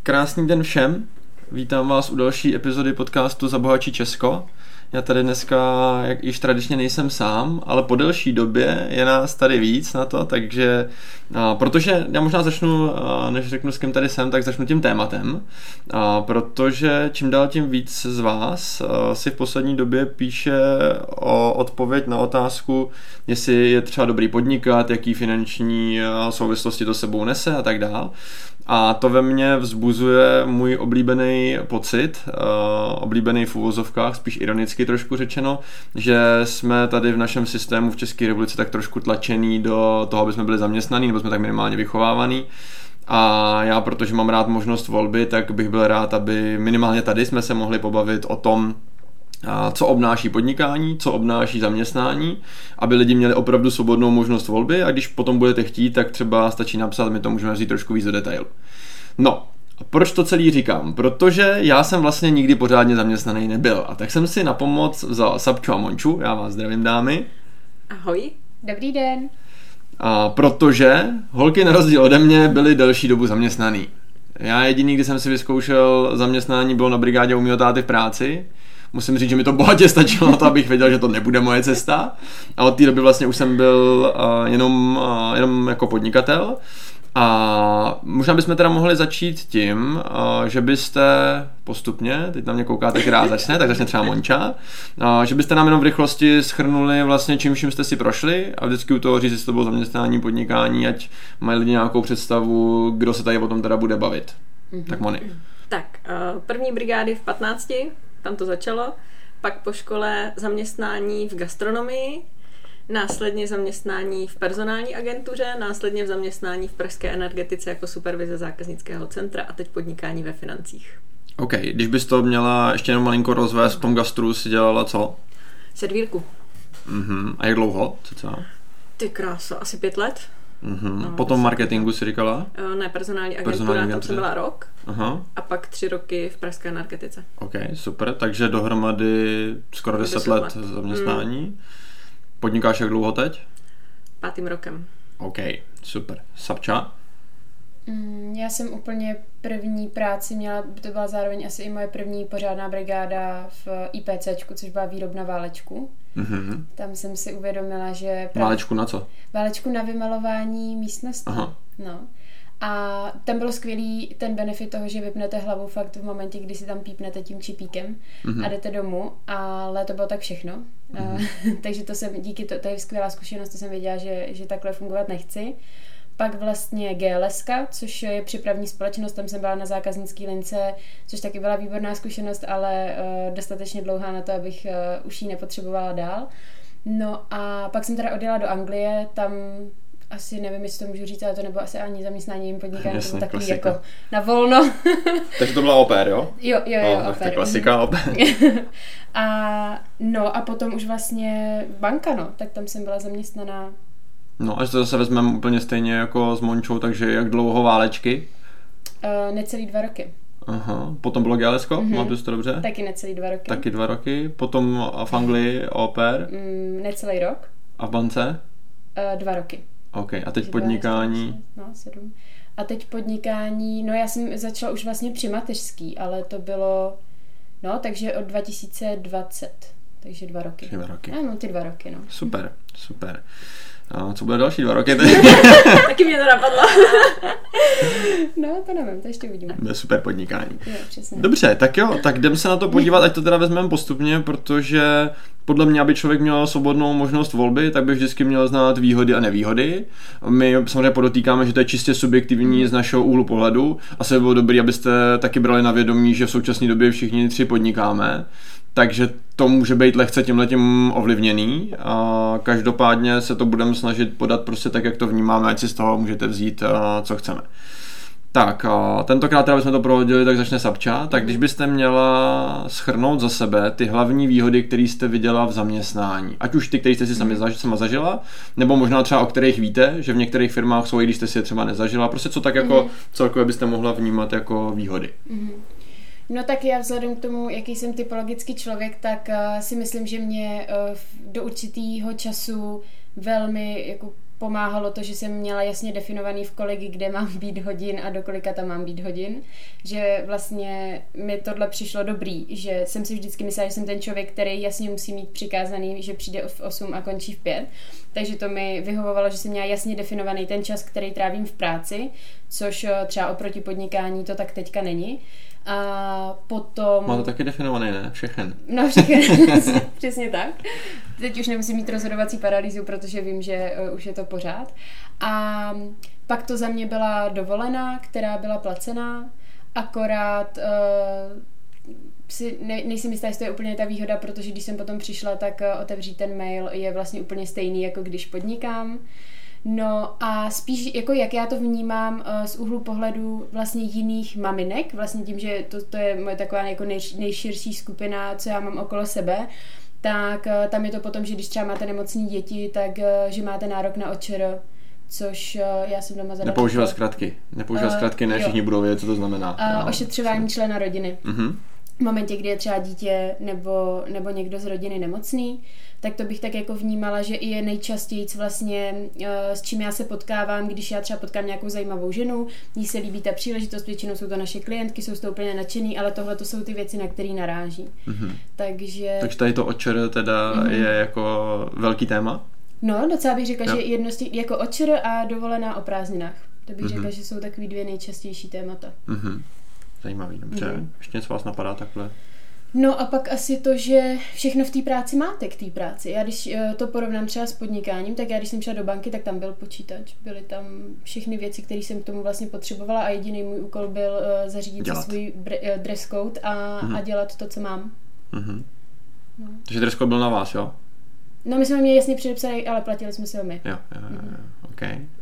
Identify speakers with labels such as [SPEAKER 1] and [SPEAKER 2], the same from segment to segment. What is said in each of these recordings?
[SPEAKER 1] Krásný den všem, vítám vás u další epizody podcastu Zabohačí Česko. Já tady dneska, jak již tradičně nejsem sám, ale po delší době je nás tady víc na to, takže protože já možná začnu, než řeknu s kým tady jsem, tak začnu tím tématem, protože čím dál tím víc z vás si v poslední době píše o odpověď na otázku, jestli je třeba dobrý podnikat, jaký finanční souvislosti to sebou nese a tak dál. A to ve mně vzbuzuje můj oblíbený pocit, oblíbený v uvozovkách, spíš ironicky trošku řečeno, že jsme tady v našem systému v České republice tak trošku tlačený do toho, aby jsme byli zaměstnaní, nebo jsme tak minimálně vychovávaní. A já, protože mám rád možnost volby, tak bych byl rád, aby minimálně tady jsme se mohli pobavit o tom, co obnáší podnikání, co obnáší zaměstnání, aby lidi měli opravdu svobodnou možnost volby a když potom budete chtít, tak třeba stačí napsat, my to můžeme vzít trošku víc do detailu. No, a proč to celý říkám? Protože já jsem vlastně nikdy pořádně zaměstnaný nebyl a tak jsem si na pomoc vzal Sabču a Monču, já vás zdravím dámy.
[SPEAKER 2] Ahoj.
[SPEAKER 3] Dobrý den.
[SPEAKER 1] A protože holky na rozdíl ode mě byly delší dobu zaměstnaný. Já jediný, kdy jsem si vyzkoušel zaměstnání, bylo na brigádě u mýho táty v práci. Musím říct, že mi to bohatě stačilo na to, abych věděl, že to nebude moje cesta. A od té doby vlastně už jsem byl jenom jako podnikatel. A možná bychom teda mohli začít tím, že byste postupně, teď na mě koukáte, která začne, tak začne třeba Monča, že byste nám jenom v rychlosti shrnuli vlastně čím jste si prošli a vždycky u toho říct, jestli to bylo zaměstnání, podnikání, ať mají lidi nějakou představu, kdo se tady o tom teda bude bavit. Tak Moni.
[SPEAKER 2] Tak, první brigády v 15, tam to začalo, pak po škole zaměstnání v gastronomii, následně zaměstnání v personální agentuře, následně v zaměstnání v pražské energetice jako supervize zákaznického centra a teď podnikání ve financích.
[SPEAKER 1] OK, když bys to měla ještě jenom malinko rozvést, v tom gastru si dělala co?
[SPEAKER 2] Servírku.
[SPEAKER 1] A jak dlouho? Co?
[SPEAKER 2] Ty kráso, asi 5 let.
[SPEAKER 1] No, potom marketingu si říkala?
[SPEAKER 2] Ne, personální agentura, tam jsem byla rok.
[SPEAKER 1] Aha.
[SPEAKER 2] A pak 3 roky v pražské energetice.
[SPEAKER 1] OK, super, takže dohromady skoro 10 let zaměstnání. Podnikáš jak dlouho teď?
[SPEAKER 2] 5. rokem.
[SPEAKER 1] OK, super. Sabča?
[SPEAKER 3] Já jsem úplně první práci měla, to byla zároveň asi i moje první pořádná brigáda v IPCčku, což byla výrobna válečku.
[SPEAKER 1] Mm-hmm.
[SPEAKER 3] Tam jsem si uvědomila, že...
[SPEAKER 1] Válečku na co?
[SPEAKER 3] Válečku na vymalování místnosti.
[SPEAKER 1] Aha.
[SPEAKER 3] No. A tam bylo skvělý ten benefit toho, že vypnete hlavu fakt v momentě, kdy si tam pípnete tím čipíkem a jdete domů, ale to bylo tak všechno. Takže to jsem, díky to je skvělá zkušenost, to jsem věděla, že takhle fungovat nechci. Pak vlastně GLSka, což je přepravní společnost, tam jsem byla na zákaznické lince, což taky byla výborná zkušenost, ale dostatečně dlouhá na to, abych už ji nepotřebovala dál. No a pak jsem teda odjela do Anglie, tam asi nevím, jestli to můžu říct, ale to nebylo asi ani zaměstnání podnikání, to bylo takový klasika. Jako na volno.
[SPEAKER 1] Takže to byla au pair, jo?
[SPEAKER 3] Jo, au pair.
[SPEAKER 1] To je klasika au pair.
[SPEAKER 3] A potom už vlastně banka, no, tak tam jsem byla zaměstnaná.
[SPEAKER 1] No až to zase vezmeme úplně stejně jako s Mončou, takže jak dlouho válečky?
[SPEAKER 3] Necelý 2 roky.
[SPEAKER 1] Aha, potom bylo GLSko, máte to dobře?
[SPEAKER 3] Taky necelý 2 roky.
[SPEAKER 1] Taky 2 roky, potom v Anglii au pair?
[SPEAKER 3] Necelý rok.
[SPEAKER 1] A v bance?
[SPEAKER 3] 2 roky.
[SPEAKER 1] OK, a teď podnikání?
[SPEAKER 3] 7. A teď podnikání, no já jsem začala už vlastně při mateřský, ale to bylo, no takže od 2020, takže 2 roky.
[SPEAKER 1] 2 roky.
[SPEAKER 3] Ano, ty 2 roky, no.
[SPEAKER 1] Super. A co bude další 2 roky?
[SPEAKER 2] Taky mě to napadlo.
[SPEAKER 3] No, to nevím, to ještě uvidíme.
[SPEAKER 1] Bude super podnikání.
[SPEAKER 3] Jo, přesně.
[SPEAKER 1] Dobře, tak jo, tak jdem se na to podívat, ať to teda vezmeme postupně, protože podle mě, aby člověk měl svobodnou možnost volby, tak by vždycky měl znát výhody a nevýhody. My samozřejmě podotýkáme, že to je čistě subjektivní z našeho úhlu pohledu. Asi by bylo dobré, abyste taky brali na vědomí, že v současné době všichni 3 podnikáme. Takže to může být lehce tímhletím ovlivněný a každopádně se to budeme snažit podat prostě tak, jak to vnímáme, ať si z toho můžete vzít, co chceme. Tak, tentokrát teda bychom to prohodili, tak začne Sabča. Tak když byste měla shrnout za sebe ty hlavní výhody, které jste viděla v zaměstnání, ať už ty, které jste si sama zažila, nebo možná třeba o kterých víte, že v některých firmách jsou, i když jste si je třeba nezažila, prostě co tak jako celkově byste mohla vnímat jako výhody.
[SPEAKER 3] No tak já vzhledem k tomu, jaký jsem typologický člověk, tak si myslím, že mě do určitého času velmi jako pomáhalo to, že jsem měla jasně definovaný v kolegy, kde mám být hodin a do kolika tam mám být hodin, že vlastně mi tohle přišlo dobrý, že jsem si vždycky myslela, že jsem ten člověk, který jasně musí mít přikázaný, že přijde v 8 a končí v 5, takže to mi vyhovovalo, že jsem měla jasně definovaný ten čas, který trávím v práci, což třeba oproti podnikání to tak teďka není. A potom...
[SPEAKER 1] Má to taky definované, ne? Všechen.
[SPEAKER 3] No, všechen, přesně tak. Teď už nemusím mít rozhodovací paralýzu, protože vím, že už je to pořád. A pak to za mě byla dovolená, která byla placená, akorát nejsem jistá, jestli to je úplně ta výhoda, protože když jsem potom přišla, tak otevřít ten mail je vlastně úplně stejný, jako když podnikám. No a spíš, jako jak já to vnímám z úhlu pohledu vlastně jiných maminek, vlastně tím, že to je moje taková jako nejširší skupina, co já mám okolo sebe, tak tam je to potom, že když třeba máte nemocný děti, tak že máte nárok na OČR, což já jsem doma zadala.
[SPEAKER 1] Nepoužívat zkratky, ne všichni budou vědět, co to znamená.
[SPEAKER 3] Ošetřování člena rodiny. V momentě, kdy je třeba dítě nebo někdo z rodiny nemocný, tak to bych tak jako vnímala, že i je nejčastěji vlastně, s čím já se potkávám, když já třeba potkám nějakou zajímavou ženu, jí se líbí ta příležitost, většinou jsou to naše klientky, jsou z toho úplně nadšený, ale tohle to jsou ty věci, na které naráží. Takže tady to OČR teda je jako velký téma? No, docela bych řekla, že jako OČR a dovolená o prázdninách. To bych řekla, že jsou takový 2 nejčastější témata.
[SPEAKER 1] Zajímavý, dobře. Ještě něco vás napadá takhle?
[SPEAKER 3] No a pak asi to, že všechno v té práci máte k té práci. Já když to porovnám třeba s podnikáním, tak já když jsem šla do banky, tak tam byl počítač. Byly tam všechny věci, které jsem k tomu vlastně potřebovala a jediný můj úkol byl zařídit si svůj dress code a dělat to, co mám.
[SPEAKER 1] No. Takže dress code byl na vás, jo?
[SPEAKER 3] No my jsme měli jasně předepsaný, ale platili jsme si ho my.
[SPEAKER 1] Jo, ok.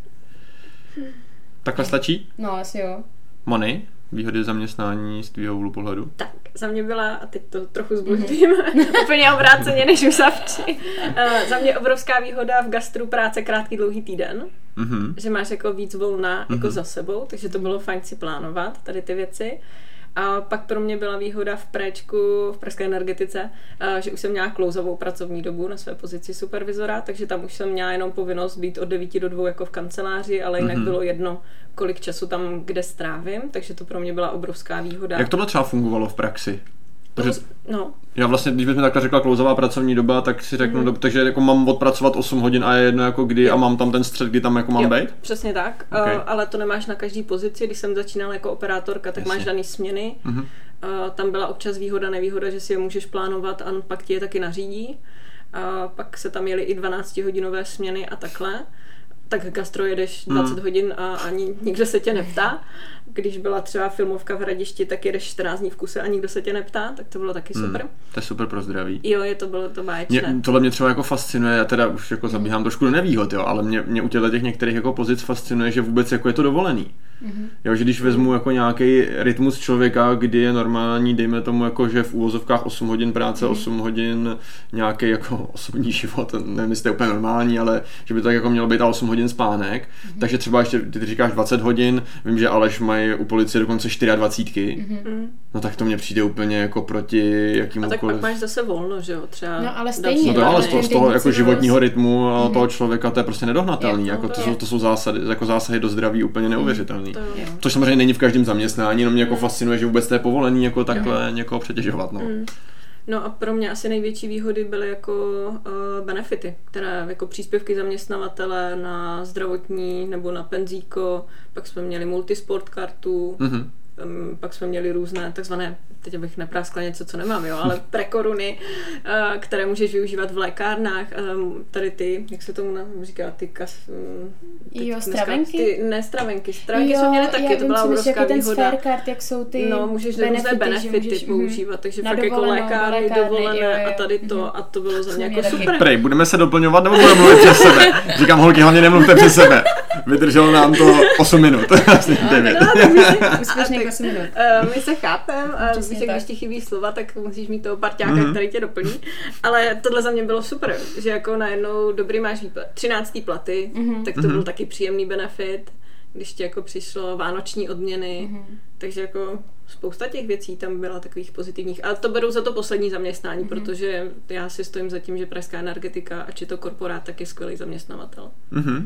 [SPEAKER 1] Takhle stačí?
[SPEAKER 3] No, asi jo.
[SPEAKER 1] Moni, výhody zaměstnání z tvýho úhlu pohledu?
[SPEAKER 2] Tak, za mě byla, a teď to trochu zboždím, úplně obráceně než u Savči. Za mě obrovská výhoda v gastru práce krátký dlouhý týden, že máš jako víc volna jako za sebou, takže to bylo fajn si plánovat tady ty věci. A pak pro mě byla výhoda v pražské energetice, že už jsem měla klouzavou pracovní dobu na své pozici supervizora, takže tam už jsem měla jenom povinnost být od 9 do 2 jako v kanceláři, ale jinak bylo jedno, kolik času tam kde strávím, takže to pro mě byla obrovská výhoda.
[SPEAKER 1] Jak to třeba fungovalo v praxi?
[SPEAKER 2] No.
[SPEAKER 1] Já vlastně, když bys mi takhle řekla klouzavá pracovní doba, tak si řeknu, takže jako mám odpracovat 8 hodin a je jedno jako kdy a mám tam ten střed, kdy tam jako mám být?
[SPEAKER 2] Přesně tak, ale to nemáš na každý pozici. Když jsem začínala jako operátorka, tak máš daný směny. Tam byla občas výhoda, nevýhoda, že si je můžeš plánovat a pak ti je taky nařídí. Pak se tam jeli i 12-hodinové směny a takhle. Tak gastro jedeš 20 hodin a ani nikdo se tě neptá. Když byla třeba filmovka v Hradišti, tak jedeš 14 dní v kuse a nikdo se tě neptá, tak to bylo taky super.
[SPEAKER 1] To je super pro zdraví.
[SPEAKER 2] Jo, bylo to báječné.
[SPEAKER 1] Tohle mě třeba jako fascinuje, já teda už jako zabíhám trošku do nevýhod, jo, ale mě u těch některých jako pozic fascinuje, že vůbec jako je to dovolený. Jo, že když vezmu jako nějaký rytmus člověka, kdy je normální, dejme tomu jako, že v úvozovkách 8 hodin práce, 8 hodin nějaký jako osobní život, nevím, jestli to je úplně normální, ale že by to tak jako mělo být a 8 hodin spánek, takže třeba ještě, ty říkáš 20 hodin, vím, že Aleš mají u policie dokonce 24. No tak to mně přijde úplně jako proti jakýmukoliv.
[SPEAKER 2] A tak pak máš zase volno, že jo, třeba.
[SPEAKER 3] No ale stejně.
[SPEAKER 1] No to ale z toho jako životního rytmu a toho člověka to je prostě nedohnatelný, jako to jsou zásady, jako zásahy do zdraví úplně neuvěřitelný. Což samozřejmě není v každém zaměstnání, jenom mě jako fascinuje, že vůbec to je povolený jako takhle někoho přetěžovat, no.
[SPEAKER 2] No a pro mě asi největší výhody byly jako benefity, které jako příspěvky zaměstnavatele na zdravotní nebo na penzíko, pak jsme měli multisport kartu, pak jsme měli různé takzvané, teď abych nepráskla něco, co nemám, jo, ale prekoruny, které můžeš využívat v lékárnách, tady ty, jak se tomu říká,
[SPEAKER 3] stravenky?
[SPEAKER 2] Stravenky jsme měli taky, to byla obrovská výhoda.
[SPEAKER 3] Card, jak jsou ty
[SPEAKER 2] no, můžeš různé benefity používat, takže fakt jako lékárny, dovolené a tady to, a to bylo za mě jako super.
[SPEAKER 1] Prej, budeme se doplňovat nebo budeme mluvit přes sebe? Říkám, holky, hlavně nemluvte přes sebe. Vydrželo nám to 8 minut.
[SPEAKER 3] Úspěšných 8 minut.
[SPEAKER 2] My se chápeme, když ti chybí slova, tak musíš mít toho parťáka, který tě doplní. Ale tohle za mě bylo super, že jako najednou dobrý máš 13. platy, tak to byl taky příjemný benefit, když ti jako přišlo vánoční odměny, takže jako spousta těch věcí tam byla takových pozitivních. A to beru za to poslední zaměstnání, protože já si stojím za tím, že pražská energetika, ať je to korporát, tak je skvělý zaměstnavatel.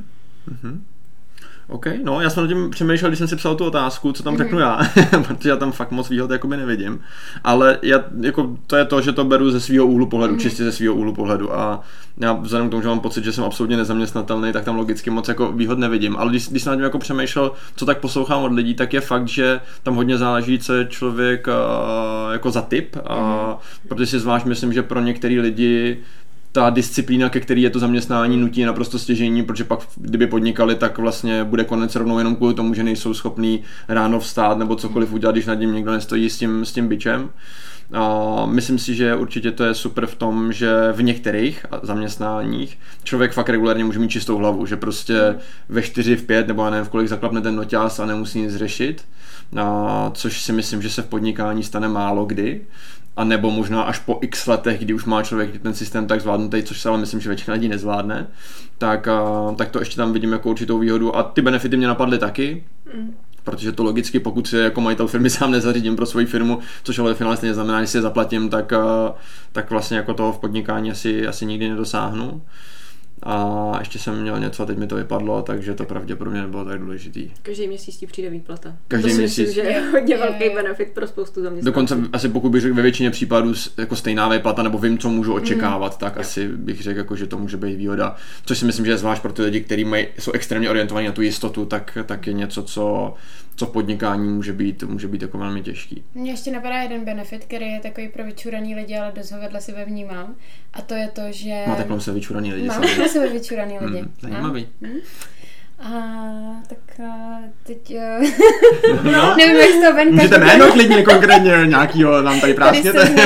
[SPEAKER 1] OK, no já jsem nad tím přemýšlel, když jsem si psal tu otázku, co tam řeknu já, protože já tam fakt moc výhod jakoby nevidím, ale to je to, že to beru ze svého úhlu pohledu, čistě ze svého úhlu pohledu a já vzhledem k tomu, že mám pocit, že jsem absolutně nezaměstnatelný, tak tam logicky moc jako výhod nevidím, ale když jsem nad tím jako přemýšlel, co tak poslouchám od lidí, tak je fakt, že tam hodně záleží, co je člověk jako za typ, protože si zvlášť myslím, že pro některý lidi ta disciplína, ke který je to zaměstnání nutí, je naprosto stěžejní, protože pak kdyby podnikali, tak vlastně bude konec rovnou jenom kvůli tomu, že nejsou schopní ráno vstát nebo cokoliv udělat, když nad ním někdo nestojí s tím bičem. A myslím si, že určitě to je super v tom, že v některých zaměstnáních člověk fakt regulárně může mít čistou hlavu, že prostě ve 4, v 5 nebo já nevím v kolik zaklapne ten noťaz a nemusí nic řešit, což si myslím, že se v podnikání stane málo kdy. A nebo možná až po x letech, kdy už má člověk ten systém tak zvládnutý, což se ale myslím, že většina lidí nezvládne, tak to ještě tam vidím jako určitou výhodu a ty benefity mě napadly taky, protože to logicky, pokud si jako majitel firmy sám nezařídím pro svoji firmu, což ale v finále stejně znamená, že si je zaplatím, tak vlastně jako toho v podnikání asi nikdy nedosáhnu. A ještě jsem měl něco a teď mi to vypadlo, takže to pravděpodobně nebylo tak důležitý.
[SPEAKER 2] Každý měsíc ti přijde výplata.
[SPEAKER 1] Každý měsíc.
[SPEAKER 2] Myslím, že je hodně velký benefit pro spoustu zaměstnanců.
[SPEAKER 1] Dokonce asi pokud bych řekl ve většině případů jako stejná výplata, nebo vím, co můžu očekávat, tak asi bych řekl, jako, že to může být výhoda. Což si myslím, že je zvlášť pro ty lidi, kteří jsou extrémně orientovaní na tu jistotu, tak je něco, co v podnikání může být jako velmi těžký.
[SPEAKER 3] Mně ještě napadá jeden benefit, který je takový pro vyčuraný lidi, ale dost ho vedle sebe vnímám. A to je to, že...
[SPEAKER 1] Máte kolem sebe vyčuraný lidi.
[SPEAKER 3] Mám kolem sebe vyčuraný lidi.
[SPEAKER 1] Zajímavý.
[SPEAKER 3] A tak teď nevím, jak to ven.
[SPEAKER 1] Můžete jméno klidně konkrétně nějakýho nám tady práskněte.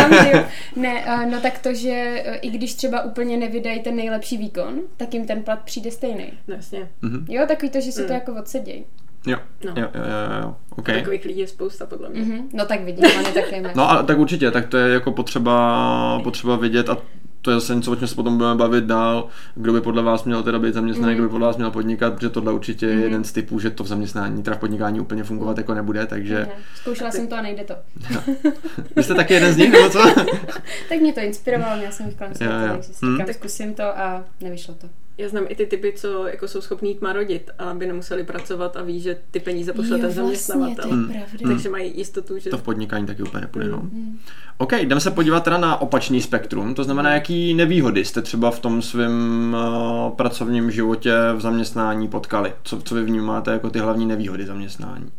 [SPEAKER 3] No tak to, že i když třeba úplně nevydají ten nejlepší výkon, tak jim ten plat přijde stejný.
[SPEAKER 2] No jasně.
[SPEAKER 3] Jo, takový to, že si to jako odsedějí.
[SPEAKER 1] Jo. Okay.
[SPEAKER 2] A takových lidí je spousta, podle mě.
[SPEAKER 3] No tak vidím, ale také máš.
[SPEAKER 1] No a tak určitě, tak to je jako potřeba vidět a to je zase něco, o čem se potom budeme bavit dál, kdo by podle vás měl teda být zaměstnaný, kdo by podle vás měl podnikat, protože tohle určitě je jeden z typů, že to v zaměstnání, teda v podnikání úplně fungovat jako nebude, takže...
[SPEAKER 3] Zkoušela jsem to a nejde to.
[SPEAKER 1] Vy jste taky jeden z nich, nebo co?
[SPEAKER 3] Tak mě to inspirovalo, měla jsem jich kolem sebe, takže si říkám, zkusím to a nevyšlo to.
[SPEAKER 2] Já znám i ty typy, co jako jsou schopní jít marodit, aby nemuseli pracovat a ví, že ty peníze pošle ten zaměstnavatel. Takže mají jistotu, že...
[SPEAKER 1] To v podnikání taky úplně nepůjde, no. OK, jdeme se podívat teda na opačný spektrum, to znamená, jaký nevýhody jste třeba v tom svém pracovním životě v zaměstnání potkali. Co vy vnímáte jako ty hlavní nevýhody zaměstnání?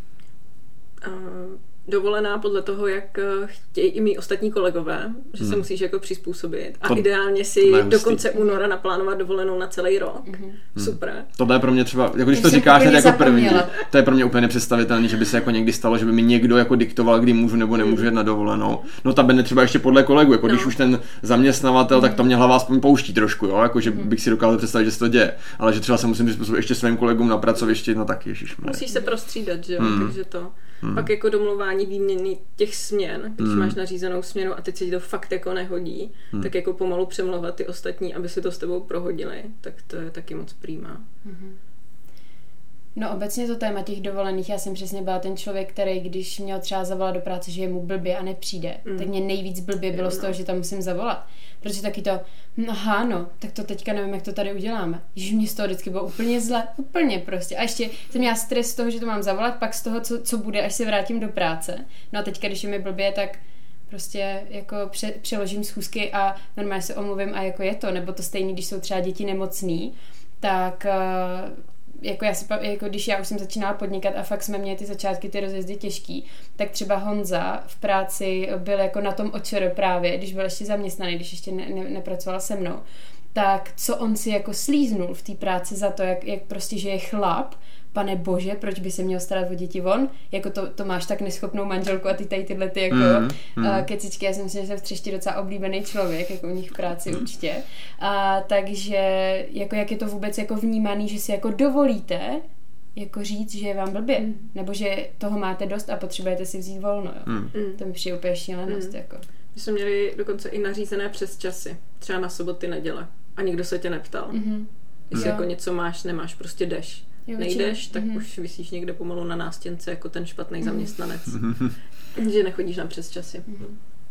[SPEAKER 2] Dovolená podle toho, jak chtějí i mý ostatní kolegové, že se musíš jako přizpůsobit a ideálně si do konce února naplánovat dovolenou na celý rok. Super.
[SPEAKER 1] Tohle je pro mě třeba, jako když to říkáš jako první, to je pro mě úplně nepředstavitelné, že by se jako někdy stalo, že by mi někdo jako diktoval, kdy můžu nebo nemůžu jít na dovolenou. No ta bene třeba ještě podle kolegů, jako když už ten zaměstnavatel, tak to mě hlava aspoň pouští trošku, jo, jako že bych si dokázal představit, že se to děje, ale že třeba se musím přizpůsobit ještě svým kolegům na pracovišti, no tak ježišmarja.
[SPEAKER 2] Musíš se prostřídat, že jo, takže to. Pak jako domluvání výměny těch směn, když máš nařízenou směnu a teď se ti to fakt jako nehodí, tak jako pomalu přemlouvat ty ostatní, aby si to s tebou prohodili, tak to je taky moc prýmá.
[SPEAKER 3] No obecně to téma těch dovolených, já jsem přesně byla ten člověk, který když měl třeba zavolat do práce, že je mu blbě a nepřijde, tak mě nejvíc blbě bylo z toho, že tam musím zavolat. Protože taky to, tak to teďka nevím, jak to tady uděláme. Ježiš, mě z toho vždycky bylo úplně zle, úplně prostě. A ještě jsem měla stres z toho, že to mám zavolat, pak z toho, co bude, až se vrátím do práce. No a teďka, když je mi blbě, tak prostě jako přeložím schůzky a normálně se omluvím a jako je to. Nebo to stejný, když jsou třeba děti nemocný, tak... Jako když já už jsem začínala podnikat a fakt jsme měli ty začátky, ty rozjezdy těžký, tak třeba Honza v práci byl jako na tom očer právě, když byl ještě zaměstnaný, když ještě nepracoval se mnou, tak co on si jako slíznul v té práci za to, jak prostě, že je chlap, pane bože, proč by se měl starat o děti on? Jako to máš tak neschopnou manželku a ty tady tyhle ty jako kecičky. Já si myslím, že jsem v Třešti docela oblíbený člověk, jako u nich v práci určitě. Takže jako jak je to vůbec jako vnímaný, že si jako dovolíte jako říct, že je vám blbě, nebo že toho máte dost a potřebujete si vzít volno. Jo? To mi přijde úplně šílenost. Jako.
[SPEAKER 2] My jsme měli dokonce i nařízené přesčasy, třeba na soboty, neděle a nikdo se tě neptal. Jestli jako něco máš, nemáš, prostě jdeš. Nejdeš, tak už visíš někde pomalu na nástěnce jako ten špatný zaměstnanec. Že nechodíš na přesčasy.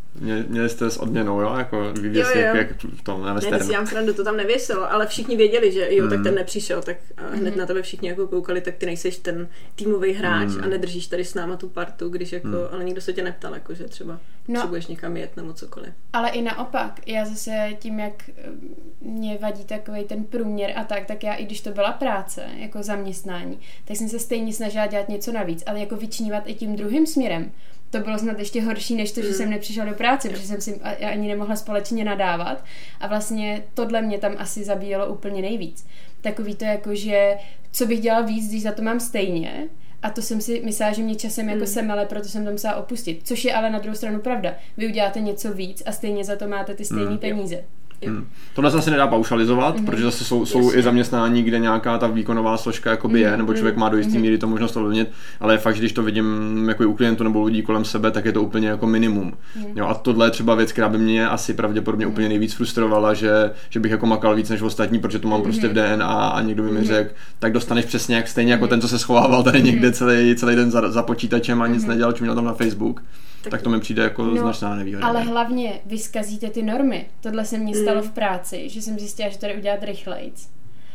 [SPEAKER 1] Měli jste s odměnou, jo? Jako vyvěsí, jak v tom na westernu.
[SPEAKER 2] Ne, si dělám srandu, to tam nevěselo, ale všichni věděli, že jo, tak ten nepřišel, tak hned na tebe všichni jako koukali, tak ty nejseš ten týmový hráč a nedržíš tady s náma tu partu, když jako, ale nikdo se tě neptal, jako, že třeba potřebuješ někam jet nebo cokoliv.
[SPEAKER 3] Ale i naopak, já zase tím, jak mě vadí takovej ten průměr a tak já i když to byla práce, jako zaměstnání, tak jsem se stejně snažila dělat něco navíc, ale jako vyčnívat i tím druhým směrem. To bylo snad ještě horší, než to, že jsem nepřišla do práce, protože jsem si ani nemohla společně nadávat a vlastně tohle mě tam asi zabíjelo úplně nejvíc. Takový to jako, že co bych dělala víc, když za to mám stejně, a to jsem si myslela, že mě časem jako semele, proto jsem to musela opustit. Což je ale na druhou stranu pravda. Vy uděláte něco víc a stejně za to máte ty stejné peníze.
[SPEAKER 1] Tohle se asi nedá paušalizovat, protože zase jsou i zaměstnání, kde nějaká ta výkonová složka jakoby je, nebo člověk má do jisté míry to možnost ovlivnit, ale fakt, když to vidím jako i u klientů nebo lidí kolem sebe, tak je to úplně jako minimum. Jo, a tohle je třeba věc, která by mě asi pravděpodobně úplně nejvíc frustrovala, že bych jako makal víc než ostatní, protože to mám prostě v DNA a někdo by mi řekl, tak dostaneš přesně jak stejně jako ten, co se schovával tady někde celý den za počítačem a nic nedělal, čo měl tam na Facebook. Tak to mi přijde jako značná nevýhoda.
[SPEAKER 3] Ale hlavně vy zkazíte ty normy. Tohle se mně stalo v práci, že jsem zjistila, že to jde udělat rychlejc.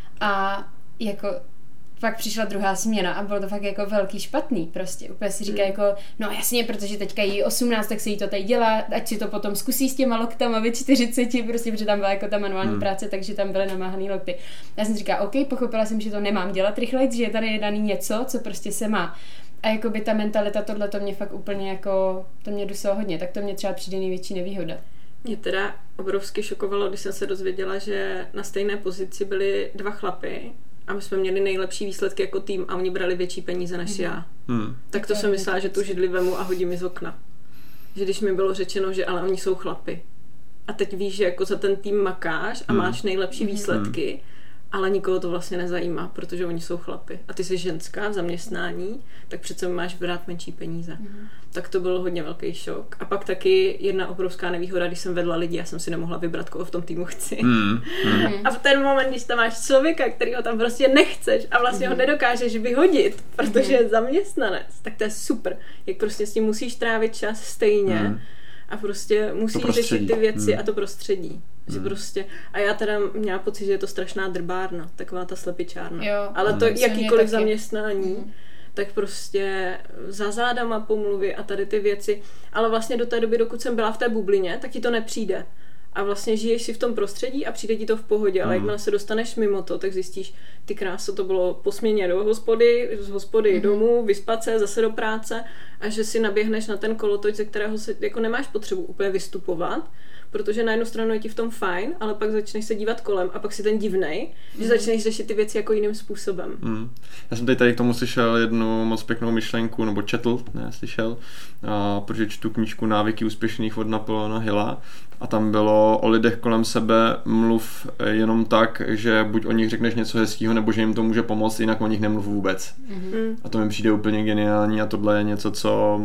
[SPEAKER 3] A jako fakt přišla druhá směna a bylo to fakt jako velký špatný prostě. Úplně si říká jako, no jasně, protože teďka jí 18, tak se jí to tady dělá, ať si to potom zkusí s těma loktama ve 40, prostě, protože tam byla jako ta manuální práce, takže tam byly namáhaný lokty. Já jsem říkala, OK, pochopila jsem, že to nemám dělat rychlejc, že je tady daný něco, co prostě se má. A jako by ta mentalita, tohle to mě fakt úplně jako, to mě dusilo hodně, tak to mě třeba přijde největší nevýhoda.
[SPEAKER 2] Mě teda obrovsky šokovalo, když jsem se dozvěděla, že na stejné pozici byli 2 chlapy a my jsme měli nejlepší výsledky jako tým a oni brali větší peníze než já. Tak to jsem myslela, že tu židli vemu a hodím mi z okna. Že když mi bylo řečeno, že ale oni jsou chlapy. A teď víš, že jako za ten tým makáš a máš nejlepší výsledky, ale nikoho to vlastně nezajímá, protože oni jsou chlapy. A ty jsi ženská v zaměstnání, tak přece máš brát menší peníze. Tak to byl hodně velký šok. A pak taky jedna obrovská nevýhoda, když jsem vedla lidi, já jsem si nemohla vybrat, koho v tom týmu chci. A v ten moment, když tam máš člověka, kterýho tam prostě nechceš a vlastně ho nedokážeš vyhodit, protože je zaměstnanec, tak to je super. Jak prostě s tím musíš trávit čas stejně a prostě musíš řešit ty věci a to prostředí. Že prostě, a já teda měla pocit, že je to strašná drbárna, taková ta slepičárna.
[SPEAKER 3] Jo,
[SPEAKER 2] ale to jakýkoliv zaměstnání, tak prostě za zádama pomluvy a tady ty věci. Ale vlastně do té doby, dokud jsem byla v té bublině, tak ti to nepřijde. A vlastně žiješ si v tom prostředí a přijde ti to v pohodě. Ale jakmile se dostaneš mimo to, tak zjistíš, ty kráso, to bylo po směně do hospody, z hospody domů, vyspat se, zase do práce a že si naběhneš na ten kolotoč, ze kterého se jako nemáš potřebu úplně vystupovat, protože na jednu stranu je ti v tom fajn, ale pak začneš se dívat kolem a pak si ten divnej, že začneš řešit ty věci jako jiným způsobem.
[SPEAKER 1] Já jsem tady k tomu slyšel jednu moc pěknou myšlenku, nebo slyšel, protože čtu knížku Návyky úspěšných od Napoleona Hilla a tam bylo o lidech kolem sebe mluv jenom tak, že buď o nich řekneš něco hezkého, nebo že jim to může pomoct, jinak o nich nemluv vůbec. A to mi přijde úplně geniální a tohle je něco, co...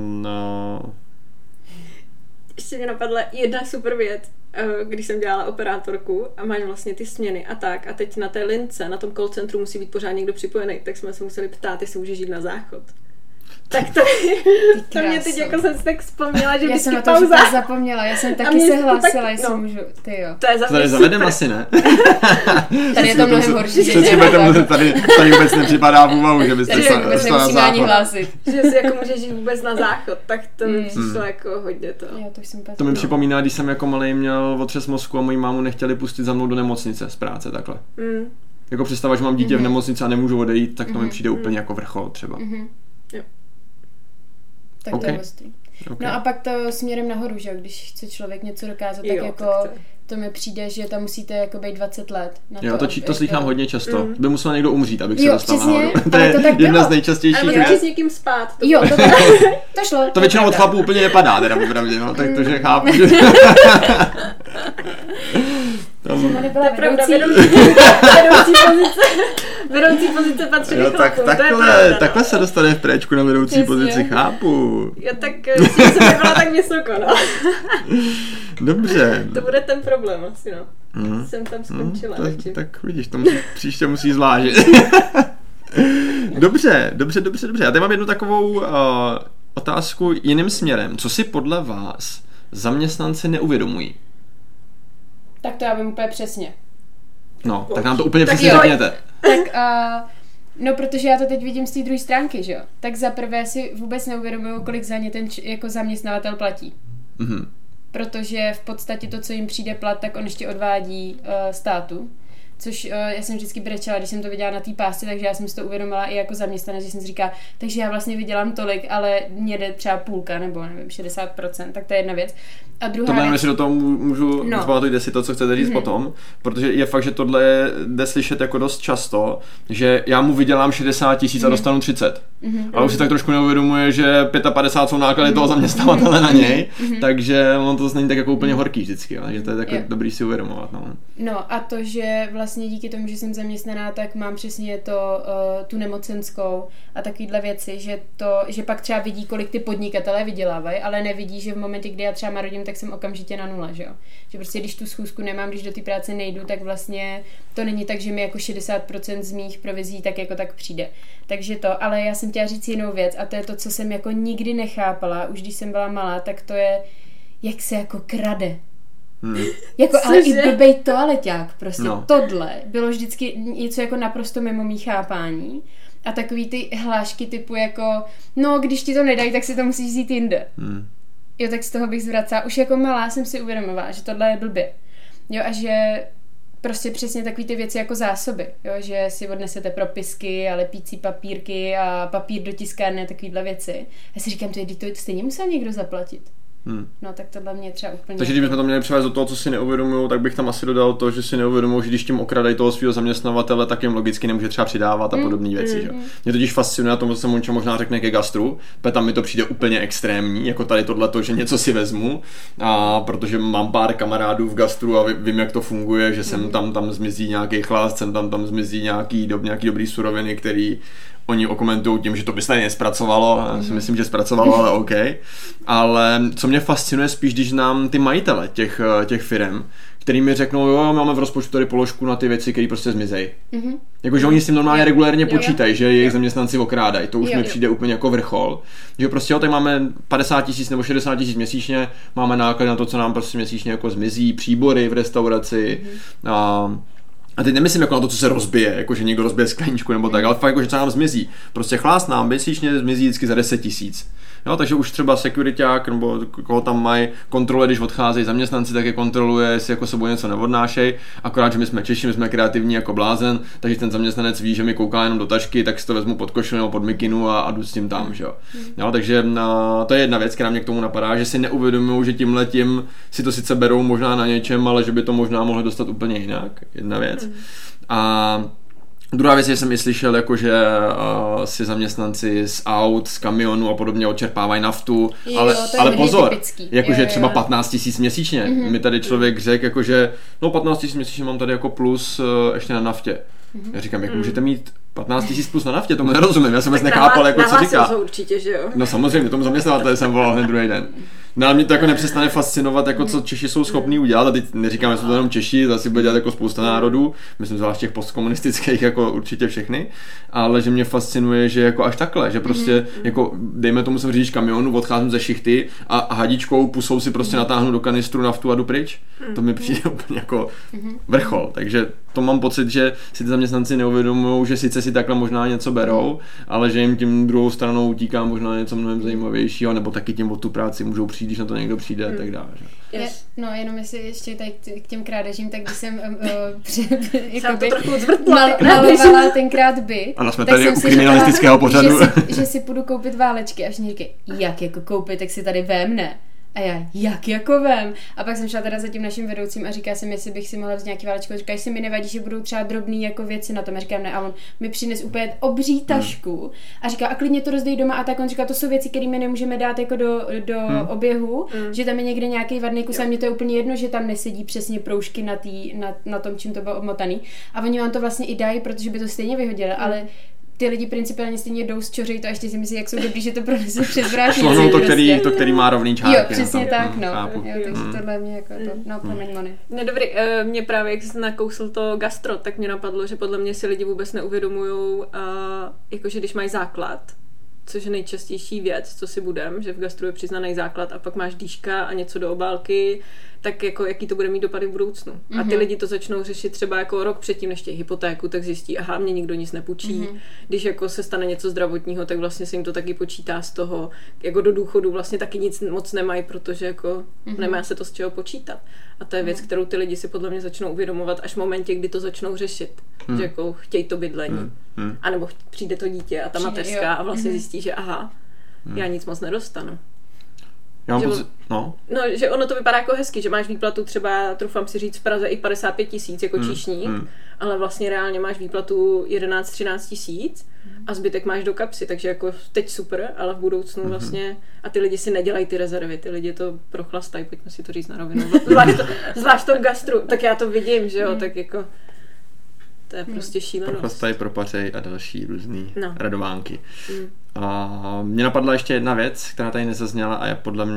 [SPEAKER 2] Ještě mě napadla jedna super věc, když jsem dělala operátorku a máš vlastně ty směny a tak a teď na té lince, na tom call centru musí být pořád někdo připojený, tak jsme se museli ptát, jestli můžeš jít na záchod. Tak to mě teď jako jsem si tak vzpomněla, že vždycky pauza. Já jsem na to zapomněla,
[SPEAKER 3] já jsem taky se hlásila, jestli můžu, ty jo.
[SPEAKER 2] To je
[SPEAKER 1] tady zavedem asi, ne?
[SPEAKER 3] Tady je to mnohem horší.
[SPEAKER 1] Tady vůbec nepřipadá v úvahu, že byste
[SPEAKER 3] šla na záchod. Hlásit.
[SPEAKER 2] Že si jako můžeš jít vůbec na záchod, tak to mi přišlo jako hodně to.
[SPEAKER 1] To mi připomíná, když jsem jako malej měl otřes mozku a moji mámu nechtěli pustit za mnou do nemocnice z práce takhle. Jako představa, že mám dítě v nemocnici a nemůžu odejít, tak to mi přijde úplně jako vrchol třeba.
[SPEAKER 2] Jo.
[SPEAKER 3] Tak okay. To je ostrý. Okay. No a pak to směrem nahoru, že když chce člověk něco dokázat, tak jako to mi přijde, že tam musíte jako být 20 let. Na
[SPEAKER 1] jo, to slychám hodně často. By musel někdo umřít, abych se dostal nahoru. To je jedna z nejčastějších.
[SPEAKER 2] Ale můžeš s někým spát.
[SPEAKER 3] Jo, to šlo.
[SPEAKER 1] To většinou od chlapů úplně nepadá, teda popravdě, no, tak to, že chápu.
[SPEAKER 3] To je pravda,
[SPEAKER 2] vedoucí pozice patří chlapům.
[SPEAKER 1] Takhle se dostane v préčku na vedoucí pozici, chápu.
[SPEAKER 2] Jo, tak myslím, že by byla tak vysoko, no.
[SPEAKER 1] Dobře.
[SPEAKER 2] To bude ten problém asi, no. Jsem tam skončila.
[SPEAKER 1] Tak vidíš, to příště musí zvážit. Dobře. Já tady mám jednu takovou otázku jiným směrem. Co si podle vás zaměstnanci neuvědomují.
[SPEAKER 3] Tak to já vím úplně přesně.
[SPEAKER 1] No, tak nám to úplně přesně řekněte.
[SPEAKER 3] Tak no, protože já to teď vidím z té druhé stránky, že jo. Tak za prvé si vůbec neuvědomuju, kolik za ně ten jako zaměstnavatel platí.
[SPEAKER 1] Mhm.
[SPEAKER 3] Protože v podstatě to, co jim přijde plat, tak on ještě odvádí státu. Což já jsem vždycky brečela, když jsem to viděla na té pásce, takže já jsem si to uvědomila i jako zaměstnanec, že jsem si říkala, takže já vlastně vydělám tolik, ale mě jde třeba půlka nebo nevím, 60%, tak to je jedna věc. A druhá
[SPEAKER 1] tohle
[SPEAKER 3] věc...
[SPEAKER 1] jestli do toho můžu zpamatujte si to, co chcete říct potom, protože je fakt, že tohle jde slyšet jako dost často, že já mu vydělám 60 000 a dostanu 30. Ale už si tak trošku neuvědomuje, že 55 jsou náklady toho zaměstnavatele na něj, takže on to není tak jako úplně horký vždycky, ale že to je tak dobrý si uvědomovat.
[SPEAKER 3] No a to, že vlastně díky tomu, že jsem zaměstnaná, tak mám přesně tu nemocenskou a takovýhle věci, že pak třeba vidí, kolik ty podnikatelé vydělávají, ale nevidí, že v momentě, kdy já třeba narodím, tak jsem okamžitě na nule, že jo. Že prostě když tu schůzku nemám, když do té práce nejdu, tak vlastně to není tak, že mi jako 60% z mých provizí tak jako tak přijde. Takže to, ale já jsem chtěla říct jinou věc a to je to, co jsem jako nikdy nechápala, už když jsem byla malá, tak to je, jak se jako krade. Jako, ale i blbej toaleťák, prostě tohle bylo vždycky něco jako naprosto mimo mý chápání a takový ty hlášky typu jako, no když ti to nedají, tak si to musíš vzít jinde. Jo, tak z toho bych zvracela. Už jako malá jsem si uvědomovala, že tohle je blbě. Jo, a že prostě přesně takový ty věci jako zásoby, jo, že si odnesete propisky a lepící papírky a papír do tiskárny a takovýhle věci. Já si říkám, to stejně musel někdo zaplatit. No tak tohle mě třeba úplně...
[SPEAKER 1] Takže kdybychom to měli převést do toho, co si neuvědomují, tak bych tam asi dodal to, že si neuvědomují, že když tím okradají toho svého zaměstnavatele, tak jim logicky nemůže třeba přidávat a podobné věci. Že? Mě totiž fascinuje na tom, co se Monča možná řekne ke gastru, protože tam mi to přijde úplně extrémní, jako tady tohleto, že něco si vezmu, a protože mám pár kamarádů v gastru a vím, jak to funguje, že sem tam zmizí nějaký chlast, sem tam zmizí nějaký dobrý suroviny, který oni okomentují tím, že to by se nespracovalo, já si myslím, že zpracovalo, ale OK. Ale co mě fascinuje spíš, když znám ty majitele těch firem, který mi řeknou, jo, máme v rozpočtu tady položku na ty věci, které prostě zmizejí. Jakože oni s tím normálně regulérně počítají, že jejich zaměstnanci okrádají. To už mi přijde úplně jako vrchol. Že prostě tady máme 50 000 nebo 60 000 měsíčně, máme náklady na to, co nám prostě měsíčně jako zmizí, příbory v restauraci, a teď nemyslím jako na to, co se rozbije, jako že někdo rozbije skleničku nebo tak, ale fakt jako, že co nám zmizí. Prostě chlást nám měsíčně zmizí vždycky za 10 000. Jo, takže už třeba securityák nebo koho tam mají kontrole, když odcházejí zaměstnanci, tak je kontroluje, jestli jako sebou něco neodnášej. Akorát, že my jsme Češi, my jsme kreativní jako blázen, takže ten zaměstnanec ví, že mi kouká jenom do tašky, tak si to vezmu pod košili nebo pod mikinu a jdu s tím tam, že jo. Jo, takže to je jedna věc, která mě k tomu napadá, že si neuvědomují, že tímhletím si to sice berou možná na něčem, ale že by to možná mohli dostat úplně jinak. Jedna věc. A druhá věc, že jsem i slyšel, jakože si zaměstnanci z aut, z kamionů a podobně odčerpávají naftu, ale pozor, jakože třeba 15 000 měsíčně. Mi tady člověk řekl, jakože no 15 000 měsíčně mám tady jako plus ještě na naftě. Já říkám, jak můžete mít 15 000 plus na naftě, tomu nerozumím, já jsem vůbec nechápal, jako co říká.
[SPEAKER 2] Určitě, že jo?
[SPEAKER 1] No samozřejmě, tomu zaměstnavateli jsem volal hned druhý den. No ale mě to jako nepřestane fascinovat, jako co Češi jsou schopní udělat, a teď neříkám, že jsou to jenom Češi, to asi bude dělat jako spousta národů, myslím zvlášť těch postkomunistických, jako určitě všechny, ale že mě fascinuje, že jako až takhle, že prostě jako dejme tomu jsem řidič kamionu, odcházím ze šichty a hadičkou, pusou si prostě natáhnu do kanistru naftu a jdu pryč. To mi přijde úplně jako vrchol, takže to mám pocit, že si ty zaměstnanci neuvědomují, že sice si takhle možná něco berou, ale že jim tím druhou stranou utíká možná něco mnohem zajímavějšího, nebo taky tím o tu práci můžou přijít, když na to někdo přijde a tak dále.
[SPEAKER 3] Yes. No jenom jestli ještě tady k těm krádežím, tak když jsem malovala tenkrát byt.
[SPEAKER 1] Ano, jsme tady u kriminalistického pořadu.
[SPEAKER 3] Že si půjdu koupit válečky a všichni říkají, jak jako koupit, tak si tady vemne. A já, jak jako vem? A pak jsem šla teda za tím naším vedoucím a říká jsem, jestli bych si mohla vzít nějaký válečko. Říká, že si mi nevadí, že budou třeba drobný jako věci na tom. A říkám, ne, a on mi přines úplně obří tašku a říká, a klidně to rozdej doma. A tak on říká, to jsou věci, které my nemůžeme dát jako do oběhu, že tam je někde nějaký vadný kus a mně to je úplně jedno, že tam nesedí přesně proužky na tom, čím to bylo obmotaný. A oni vám to vlastně i dají, protože by to stejně vyhodili, ale ty lidi principiálně stejně jdou zčořej to a ještě si myslí, jak jsou dobrý, že to pronesou přes vrátnici.
[SPEAKER 1] Šlohnou to, který má rovný čárky.
[SPEAKER 3] Jo, přesně tak, no. Jo, takže tohle mě jako to, no, promiň, Moni.
[SPEAKER 2] No dobrý, mě právě, jak jsi nakousl to gastro, tak mě napadlo, že podle mě si lidi vůbec neuvědomujou, jakože když mají základ, což je nejčastější věc, co si budem, že v gastru je přiznaný základ a pak máš dýška a něco do obálky, tak jako jaký to bude mít dopady v budoucnu. A ty lidi to začnou řešit třeba jako rok předtím, než chtějí hypotéku, tak zjistí, aha, mě nikdo nic nepůjčí. Když jako se stane něco zdravotního, tak vlastně se jim to taky počítá z toho, jako do důchodu vlastně taky nic moc nemají, protože jako nemá se to z čeho počítat. A to je věc, kterou ty lidi si podle mě začnou uvědomovat až v momentě, kdy to začnou řešit. Že jako chtějí to bydlení. A nebo přijde to dítě a ta mateřská a vlastně zjistí, že aha, já nic moc nedostanu. Že ono to vypadá jako hezky, že máš výplatu třeba, trufám si říct, v Praze i 55 000 jako číšník, ale vlastně reálně máš výplatu 11-13 000 a zbytek máš do kapsy, takže jako teď super, ale v budoucnu vlastně, a ty lidi si nedělají ty rezervy, ty lidi to prochlastají, pojďme si to říct na rovinu, zvlášť to v gastru, tak já to vidím, že jo, tak jako to je prostě šílenost.
[SPEAKER 1] Prochlastají, propařej a další různý radovánky. A mě napadla ještě jedna věc, která tady nezazněla a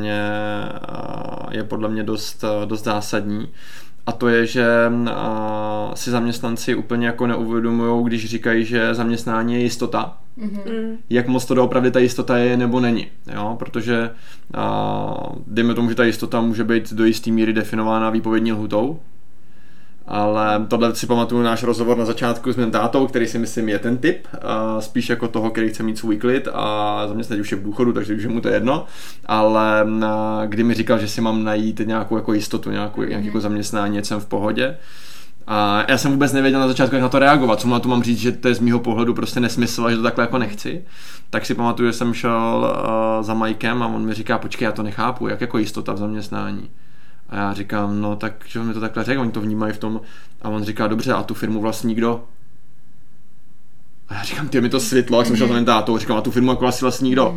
[SPEAKER 1] je podle mě dost zásadní. A to je, že si zaměstnanci úplně jako neuvědomujou, když říkají, že zaměstnání je jistota. Jak moc to doopravdy ta jistota je nebo není. Jo? Protože dejme tomu, že ta jistota může být do jistý míry definována výpovědní lhůtou. Ale tohle si pamatuju náš rozhovor na začátku s mým tátou, který si myslím je ten typ, spíš jako toho, který chce mít svůj klid a zaměstnat už je v důchodu, takže už je mu to jedno, ale kdy mi říkal, že si mám najít nějakou jako jistotu, nějaké jako zaměstnání, jsem v pohodě. A já jsem vůbec nevěděl na začátku, jak na to reagovat, co mu na to mám říct, že to je z mýho pohledu prostě nesmysl a že to takhle jako nechci. Tak si pamatuju, že jsem šel za Mikem a on mi říká, počkej, já to nechápu, jak jako jistota v zaměstnání. A já říkám, no tak, že mi to takhle řekl, oni to vnímají v tom. A on říká, dobře, a tu firmu vlastní kdo? A já říkám, ty mi to světlo, jak jsem šel za mým tátou, říkám, a tu firmu jako asi vlastní kdo?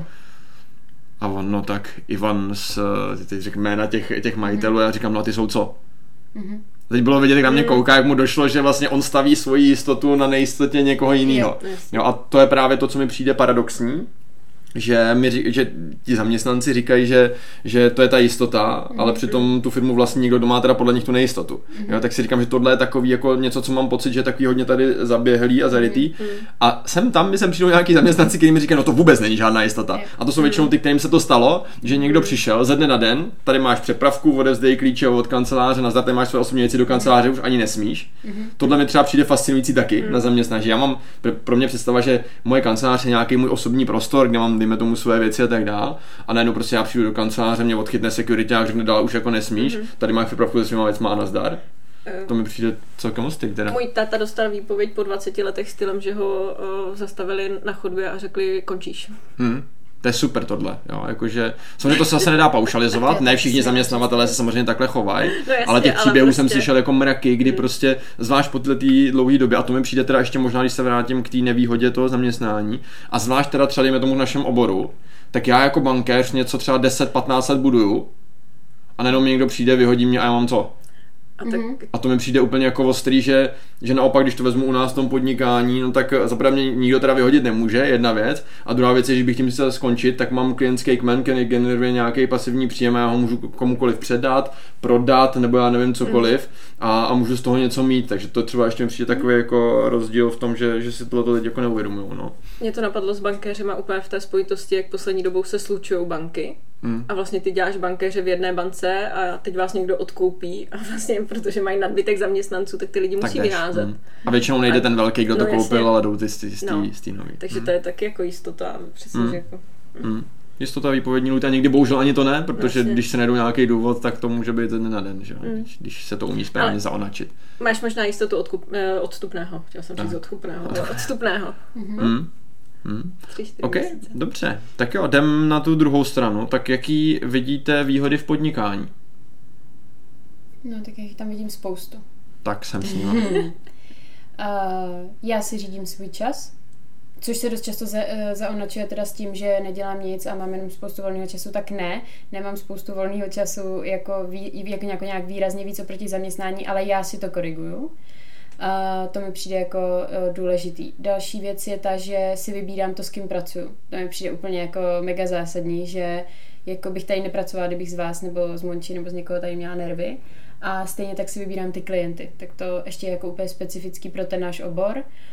[SPEAKER 1] A on, no tak Ivan teď řekl jména těch majitelů, a já říkám, no a ty jsou co? Teď bylo vidět, jak na mě kouká, jak mu došlo, že vlastně on staví svoji jistotu na nejistotě někoho jiného. Jo, a to je právě to, co mi přijde paradoxní, že ti zaměstnanci říkají, že to je ta jistota, ale přitom tu firmu vlastně někdo doma teda podle nich tu nejistotu. Jo, tak si říkám, že tohle je takový jako něco, co mám pocit, že je takový hodně tady zaběhlý a zarytý. A sem přijdou nějaký zaměstnanci, kteří mi říkají, no to vůbec není žádná jistota. A to jsou většinou ty, kterým se to stalo, že někdo přišel ze dne na den, tady máš přepravku, odevzdej klíče od kanceláře, nazdar, tady máš své osobní věci do kanceláře, už ani nesmíš. Tohle mi třeba přijde fascinující taky na zaměstnání, že já mám pro mě představa, že moje kancelář je nějaký můj osobní prostor, kde mám dejme tomu své věci a tak dál. A najednou prostě já přijdu do kanceláře, mě odchytne securityák, řekne dál už jako nesmíš, tady máš připravku se svýma věcma a nazdar. To mi přijde celkem ostyk teda.
[SPEAKER 2] Můj táta dostal výpověď po 20 letech stylem, že ho zastavili na chodbě a řekli končíš.
[SPEAKER 1] To je super tohle, jo, jakože samozřejmě to se zase nedá paušalizovat, ne všichni zaměstnavatelé se samozřejmě takhle chovají, no jasně, ale těch příběhů prostě jsem slyšel jako mraky, kdy prostě zvlášť po této dlouhé době, a to mi přijde teda ještě možná, když se vrátím k té nevýhodě toho zaměstnání, a zvlášť teda třeba dejme tomu v našem oboru, tak já jako bankéř něco třeba 10-15 let buduju a najednou mi někdo přijde, vyhodí mě a já mám co? A to mi přijde úplně jako ostrý, že naopak, když to vezmu u nás v tom podnikání, no tak zaprvé mě nikdo teda vyhodit nemůže, jedna věc. A druhá věc je, že bych tím chtěl skončit, tak mám klientský kmen, který generuje nějaký pasivní příjem a já ho můžu komukoliv předat, prodat, nebo já nevím cokoliv a můžu z toho něco mít. Takže to třeba ještě mi přijde takový jako rozdíl v tom, že si tohle lidi jako neuvědomují. No.
[SPEAKER 2] Mě to napadlo s bankéřima úplně v té spojitosti, jak poslední dobou se slučují banky. A vlastně ty děláš bankéře v jedné bance a teď vás někdo odkoupí a vlastně, protože mají nadbytek zaměstnanců, tak ty lidi musí vyházet.
[SPEAKER 1] A většinou nejde ten velký, kdo to koupil, ale jdou ty z té nový.
[SPEAKER 2] Takže to je taky jako jistota, přesně že jako.
[SPEAKER 1] Jistota výpovědní lhůta, někdy bohužel ani to ne, protože když se najdou nějaký důvod, tak to může být den na den, že? Když se to umí správně zaonačit.
[SPEAKER 2] Máš možná jistotu odstupného, chtěl jsem říct odstupného.
[SPEAKER 1] OK, dobře. Tak jo, jdem na tu druhou stranu. Tak jaký vidíte výhody v podnikání?
[SPEAKER 3] No, tak já tam vidím spoustu.
[SPEAKER 1] Tak jsem s ním.
[SPEAKER 3] Já si řídím svůj čas, což se dost často zaonačuje teda s tím, že nedělám nic a mám jenom spoustu volného času, tak nemám spoustu volného času jako nějak výrazně víc oproti zaměstnání, ale já si to koriguju. To mi přijde jako důležitý. Další věc je ta, že si vybírám to, s kým pracuju. To mi přijde úplně jako mega zásadní, že jako bych tady nepracovala, kdybych z vás nebo z Monči nebo z někoho tady měla nervy. A stejně tak si vybírám ty klienty. Tak to ještě je jako úplně specifický pro ten náš obor.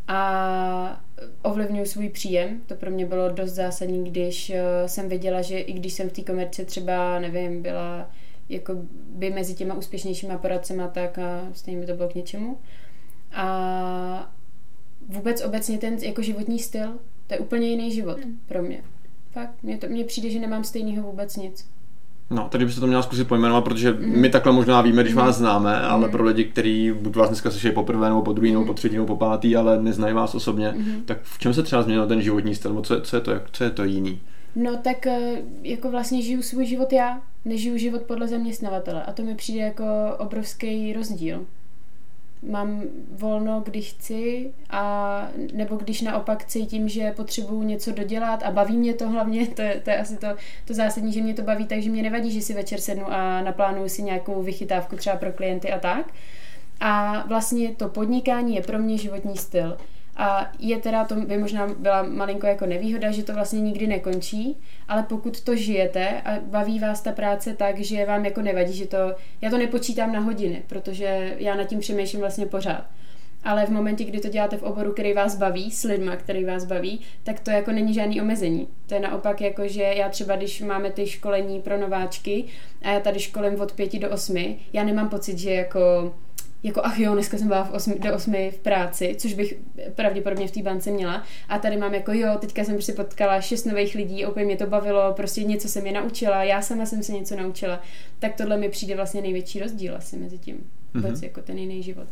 [SPEAKER 3] a ovlivňuji svůj příjem. To pro mě bylo dost zásadní, když jsem viděla, že i když jsem v té komerci třeba, nevím, byla jako by mezi těma úspěšnějšíma poradcema, tak stejně mi to bylo k něčemu. A vůbec obecně ten jako životní styl, to je úplně jiný život pro mě. Fakt, mně přijde, že nemám stejného vůbec nic.
[SPEAKER 1] No, tady byste to měla zkusit pojmenovat, protože my takhle možná víme, když vás známe, ale pro lidi, kteří buď vás dneska slyšeli poprvé, nebo po druhý, nebo po třetí, nebo po pátý, ale neznají vás osobně, tak v čem se třeba změnil ten životní styl, nebo co je to jiný?
[SPEAKER 3] No tak jako vlastně žiju svůj život já, nežiju život podle zaměstnavatele a to mi přijde jako obrovský rozdíl. Mám volno, když chci, a nebo když naopak cítím, že potřebuju něco dodělat a baví mě to hlavně, to je asi to zásadní, že mě to baví, takže mě nevadí, že si večer sednu a naplánuju si nějakou vychytávku třeba pro klienty a tak. A vlastně to podnikání je pro mě životní styl. A je teda, to by možná byla malinko jako nevýhoda, že to vlastně nikdy nekončí, ale pokud to žijete a baví vás ta práce tak, že vám jako nevadí, že já to nepočítám na hodiny, protože já nad tím přemýšlím vlastně pořád. Ale v momentě, kdy to děláte v oboru, který vás baví, s lidma, který vás baví, tak to jako není žádný omezení. To je naopak jako, že já třeba, když máme ty školení pro nováčky a já tady školím od 5 do 8, já nemám pocit, že jako ach jo, dneska jsem byla do 8 v práci, což bych pravděpodobně v té bance měla. A tady mám jako jo, teďka jsem si potkala 6 nových lidí, opět mě to bavilo, prostě něco jsem je naučila, já sama jsem se něco naučila. Tak tohle mi přijde vlastně největší rozdíl asi mezi tím. Vůbec jako ten jiný život.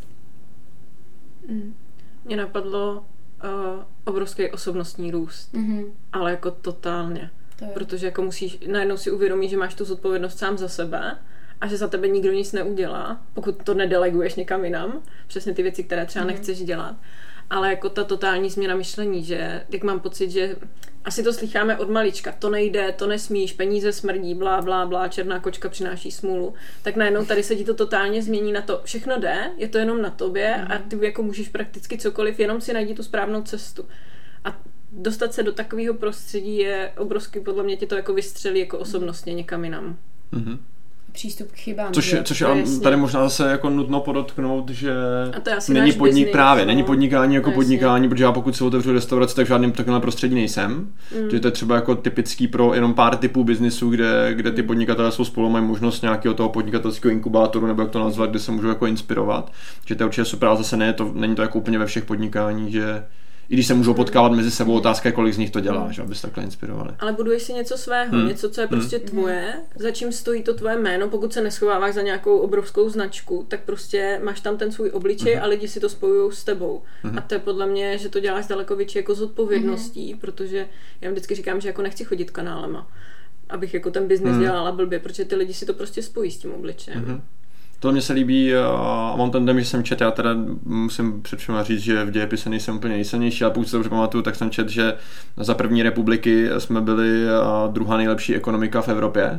[SPEAKER 2] Mně napadlo obrovský osobnostní růst, ale jako totálně. Protože jako najednou si uvědomíš, že máš tu zodpovědnost sám za sebe a že za tebe nikdo nic neudělá, pokud to nedeleguješ někam jinam, přesně ty věci, které třeba nechceš dělat. Ale jako ta totální změna myšlení, že jak mám pocit, že asi to slycháme od malička, to nejde, to nesmíš, peníze smrdí, blá, blá, blá, černá kočka přináší smůlu, tak najednou tady se ti to totálně změní na to, všechno jde, je to jenom na tobě a ty jako můžeš prakticky cokoliv, jenom si najdi tu správnou cestu. A dostat se do takového prostředí je obrovský, podle mě ti to jako vystřelí jako osobnostně někam jinam.
[SPEAKER 3] Přístup k chybám.
[SPEAKER 1] Což je tady možná zase jako nutno podotknout, že
[SPEAKER 2] není
[SPEAKER 1] není podnikání jako podnikání, protože já pokud si otevřu restauraci, tak v žádném takovém prostředí nejsem. Že to je třeba jako typický pro jenom pár typů biznisů, kde ty podnikatelé jsou spolu, mají možnost nějakého toho podnikatelského inkubátoru, nebo jak to nazvat, kde se můžou jako inspirovat. Že to je určitě super, ale zase není to jako úplně ve všech podnikáních, že i když se můžou potkávat mezi sebou, otázka je, kolik z nich to dělá, že aby se takhle inspirovali.
[SPEAKER 2] Ale buduješ si něco svého, něco, co je prostě tvoje, za čím stojí to tvoje jméno, pokud se neschováváš za nějakou obrovskou značku, tak prostě máš tam ten svůj obličej a lidi si to spojují s tebou. A to je podle mě, že to děláš daleko větší jako zodpovědností, protože já vždycky říkám, že jako nechci chodit kanálema, abych jako ten biznis dělala blbě, protože ty lidi si to prostě spojí s tím obličejem.
[SPEAKER 1] To mě se líbí a mám ten den, že jsem čet, já teda musím před všema říct, že v dějepise nejsem úplně nejsilnější, ale pokud se dobře pamatuju, tak jsem čet, že za první republiky jsme byli druhá nejlepší ekonomika v Evropě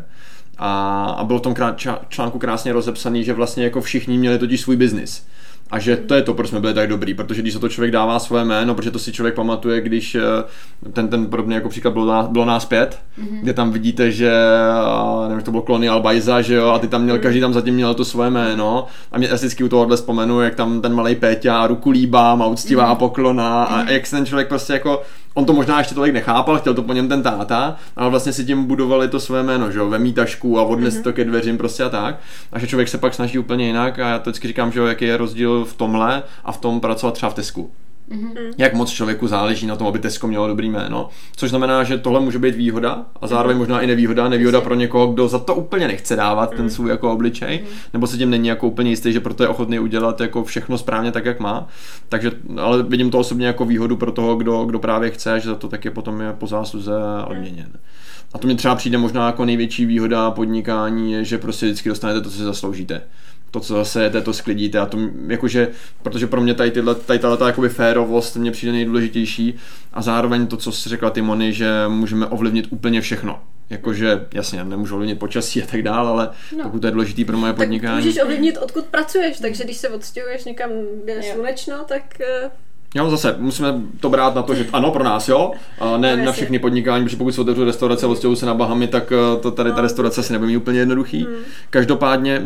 [SPEAKER 1] a bylo v tom článku krásně rozepsaný, že vlastně jako všichni měli totiž svůj biznis. A že to je to, proč jsme byli tak dobrý, protože když se to člověk dává svoje jméno, protože to si člověk pamatuje, když ten podobný jako příklad bylo nás 5, kde tam vidíte, že nevím, to bylo Colonial Bajza, že jo, a ty tam měl, každý tam zatím měl to svoje jméno a mě vždycky u tohohle vzpomenu, jak tam ten malej Péťa ruku líbám a uctivá poklona a jak se ten člověk prostě jako, on to možná ještě tolik nechápal, chtěl to po něm ten táta, ale vlastně si tím budovali to své jméno, že jo, vemí tašku a odnes to ke dveřím prostě a tak. A že člověk se pak snaží úplně jinak a já to vždycky říkám, že jo, jaký je rozdíl v tomhle a v tom pracovat třeba v Tesku. Jak moc člověku záleží na tom, aby Tesco mělo dobrý jméno, což znamená, že tohle může být výhoda a zároveň možná i nevýhoda pro někoho, kdo za to úplně nechce dávat ten svůj jako obličej, nebo se tím není jako úplně jistý, že proto je ochotný udělat jako všechno správně tak, jak má. Takže, ale vidím to osobně jako výhodu pro toho, kdo právě chce, že za to taky potom je po zásluze odměněn. A to mě třeba přijde možná jako největší výhoda podnikání je, že prostě vždycky dostanete to, co si zasloužíte. To, co zase jete, to sklidíte a to jakože, protože pro mě tady tato jakoby férovost mě přijde nejdůležitější a zároveň to, co jsi řekla ty Moni, že můžeme ovlivnit úplně všechno. Jakože, jasně, nemůžu ovlivnit počasí a tak dál, ale pokud to je důležitý pro moje podnikání.
[SPEAKER 2] Tak můžeš ovlivnit, odkud pracuješ, takže když se odstěhuješ někam, kde je slunečno, tak
[SPEAKER 1] Jo, zase musíme to brát na to, že ano, pro nás, jo, a ne na všechny podnikání, protože pokud se otevřou restaurace a odstěhují se na Bahamy, tak to tady ta restaurace si nebude mít úplně jednoduchý. Každopádně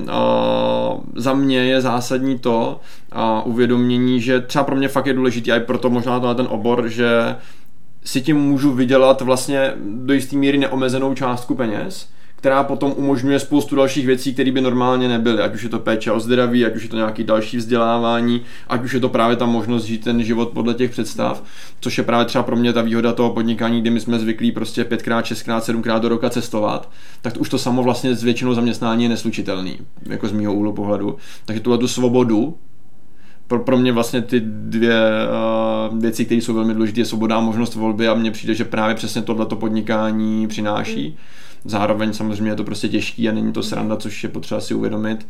[SPEAKER 1] za mě je zásadní to uvědomění, že třeba pro mě fakt je důležitý, a i proto možná to ten obor, že si tím můžu vydělat vlastně do jisté míry neomezenou částku peněz, která potom umožňuje spoustu dalších věcí, které by normálně nebyly, ať už je to péče o zdraví, ať už je to nějaký další vzdělávání, ať už je to právě ta možnost žít ten život podle těch představ, což je právě třeba pro mě ta výhoda toho podnikání, kdy my jsme zvyklí prostě 5x, 6x, 7x do roka cestovat, tak to už to samo vlastně s většinou zaměstnání je neslučitelný, jako z mýho úhlu pohledu. Takže tuhle tu svobodu, pro mě vlastně ty dvě věci, které jsou velmi důležité, je svoboda a možnost volby, a mně přijde, že právě přesně tohleto podnikání přináší. Zároveň samozřejmě je to prostě těžký a není to sranda, což je potřeba si uvědomit,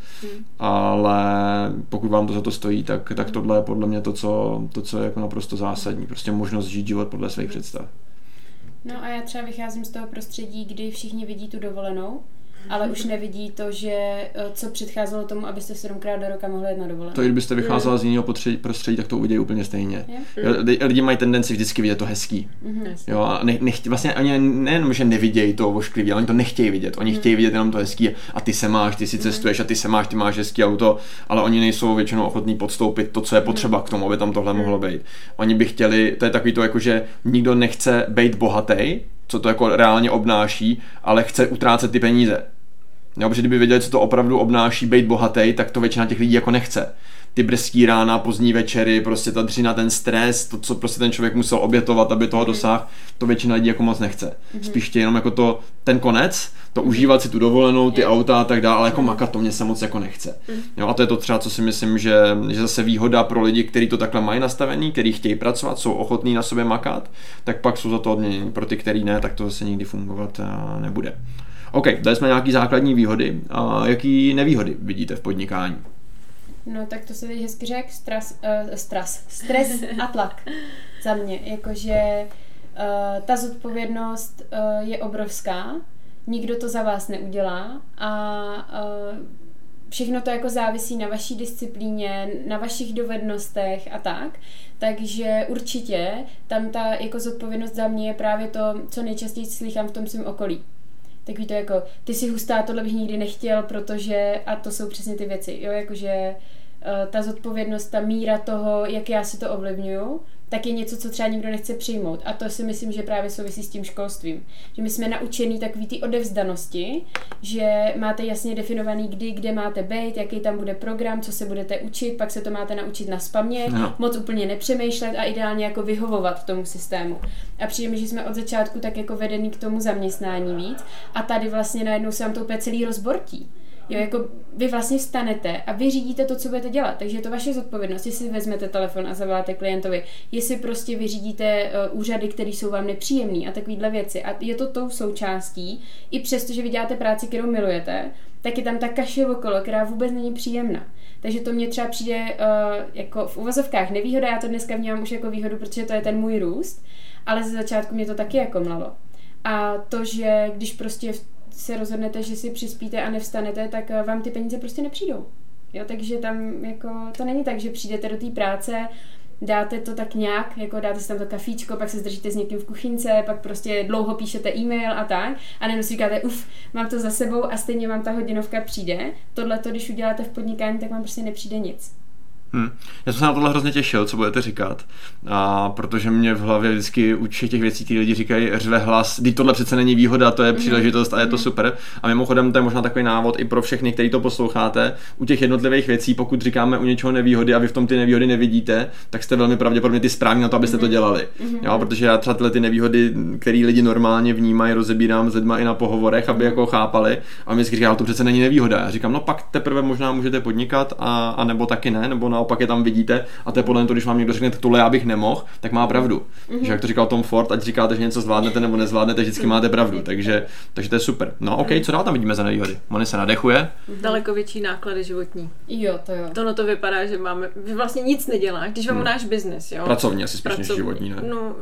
[SPEAKER 1] ale pokud vám to za to stojí, tak tohle je podle mě to, co je jako naprosto zásadní. Prostě možnost žít život podle svých představ.
[SPEAKER 3] No a já třeba vycházím z toho prostředí, kdy všichni vidí tu dovolenou, ale už nevidí to, že co předcházelo tomu, abyste 7x do roka mohli jet na dovolenou.
[SPEAKER 1] To, kdybyste vycházela z jiného prostředí, tak to uvidějí úplně stejně. Lidi mají tendenci vždycky vidět to hezký. Jo, a vlastně oni nejenom, že nevidějí to ošklivý, ale oni to nechtějí vidět. Oni chtějí vidět jenom to hezký a ty se máš, ty si cestuješ a ty se máš, ty máš hezký auto, ale oni nejsou většinou ochotní podstoupit to, co je potřeba k tomu, aby tam tohle mohlo být. Oni by chtěli, to je takový to, jako že nikdo nechce být bohatý, co to jako reálně obnáší, ale chce utrácet ty peníze. Jo, protože kdyby věděli, co to opravdu obnáší být bohatý, tak to většina těch lidí jako nechce. Ty brzký rána, pozdní večery, prostě ta dřina, ten stres, to, co prostě ten člověk musel obětovat, aby toho dosáhl, to většina lidí jako moc nechce. Spíš chtějí jenom jako ten konec, to užívat si tu dovolenou, ty auta a tak dále, ale jako makat to mě se moc jako nechce. Jo, a to je to třeba, co si myslím, že zase výhoda pro lidi, kteří to takhle mají nastavený, kteří chtějí pracovat, jsou ochotní na sobě makat, tak pak jsou za to odměnění. Pro ty, kteří ne, tak to zase nikdy fungovat nebude. OK, dali jsme nějaký základní výhody. A jaký nevýhody vidíte v podnikání?
[SPEAKER 3] No tak to se teď hezky řekl, stres a tlak za mě. Jakože ta zodpovědnost je obrovská, nikdo to za vás neudělá a všechno to jako závisí na vaší disciplíně, na vašich dovednostech a tak. Takže určitě tam ta jako zodpovědnost za mě je právě to, co nejčastěji slychám v tom svém okolí. Takový to jako, ty jsi hustá, tohle bych nikdy nechtěl, protože, a to jsou přesně ty věci, jo, jakože ta zodpovědnost, ta míra toho, jak já si to ovlivňuju, tak je něco, co třeba nikdo nechce přijmout. A to si myslím, že právě souvisí s tím školstvím. Že my jsme naučení takový ty odevzdanosti, že máte jasně definovaný kdy, kde máte být, jaký tam bude program, co se budete učit, pak se to máte naučit naspamět, moc úplně nepřemýšlet a ideálně jako vyhovovat tomu systému. A přijde mi, že jsme od začátku tak jako vedený k tomu zaměstnání víc a tady vlastně najednou se vám to úplně celý rozbortí. Jo, jako vy vlastně vstanete a vy řídíte to, co budete dělat, takže je to vaše zodpovědnost, jestli vezmete telefon a zavoláte klientovi, jestli prostě vyřídíte úřady, které jsou vám nepříjemné a takovýhle věci. A je to tou součástí, i přesto, že vy děláte práci, kterou milujete, tak je tam ta kaše okolo, která vůbec není příjemná. Takže to mně třeba přijde jako v uvozovkách nevýhoda, já to dneska vnímám už jako výhodu, protože to je ten můj růst, ale ze začátku mě to taky jako mlalo. A to, že když prostě se rozhodnete, že si přispíte a nevstanete, tak vám ty peníze prostě nepřijdou. Jo, takže tam jako to není tak, že přijdete do té práce, dáte to tak nějak, jako dáte si tam to kafíčko, pak se zdržíte s někým v kuchynce, pak prostě dlouho píšete e-mail a tak a nejenom si říkáte, mám to za sebou a stejně vám ta hodinovka přijde. Tohleto, když uděláte v podnikání, tak vám prostě nepřijde nic.
[SPEAKER 1] Já jsem se na tohle hrozně těšil, co budete říkat, protože mě v hlavě vždycky u všech těch věcí, ty lidi říkají, řve hlas, když tohle přece není výhoda, to je příležitost a je to super. A mimochodem to je možná takový návod i pro všechny, kteří to posloucháte. U těch jednotlivých věcí, pokud říkáme u něčeho nevýhody a vy v tom ty nevýhody nevidíte, tak jste velmi pravděpodobně ty správní na to, abyste to dělali. Jo, protože já třeba tyhle ty nevýhody, které lidi normálně vnímají, rozebírám s lidma i na pohovorech, aby jako chápali. A mi říkají, ale to přece není nevýhoda. Já říkám, no pak teprve možná můžete podnikat a nebo taky ne, nebo naopak je tam vidíte a to je podle toho, když vám někdo řekne, tohle já bych nemohl, tak má pravdu. Že jak to říkal Tom Ford, ať říkáte, že něco zvládnete nebo nezvládnete, vždycky máte pravdu. Takže to je super. No OK, co dál tam vidíme za nevýhody? Moni se nadechuje.
[SPEAKER 2] Daleko větší náklady životní.
[SPEAKER 3] Jo, to jo.
[SPEAKER 2] To to vypadá, že že vlastně nic neděláš, když vám náš biznes, jo.
[SPEAKER 1] Pracovně asi spíš než životní, ne?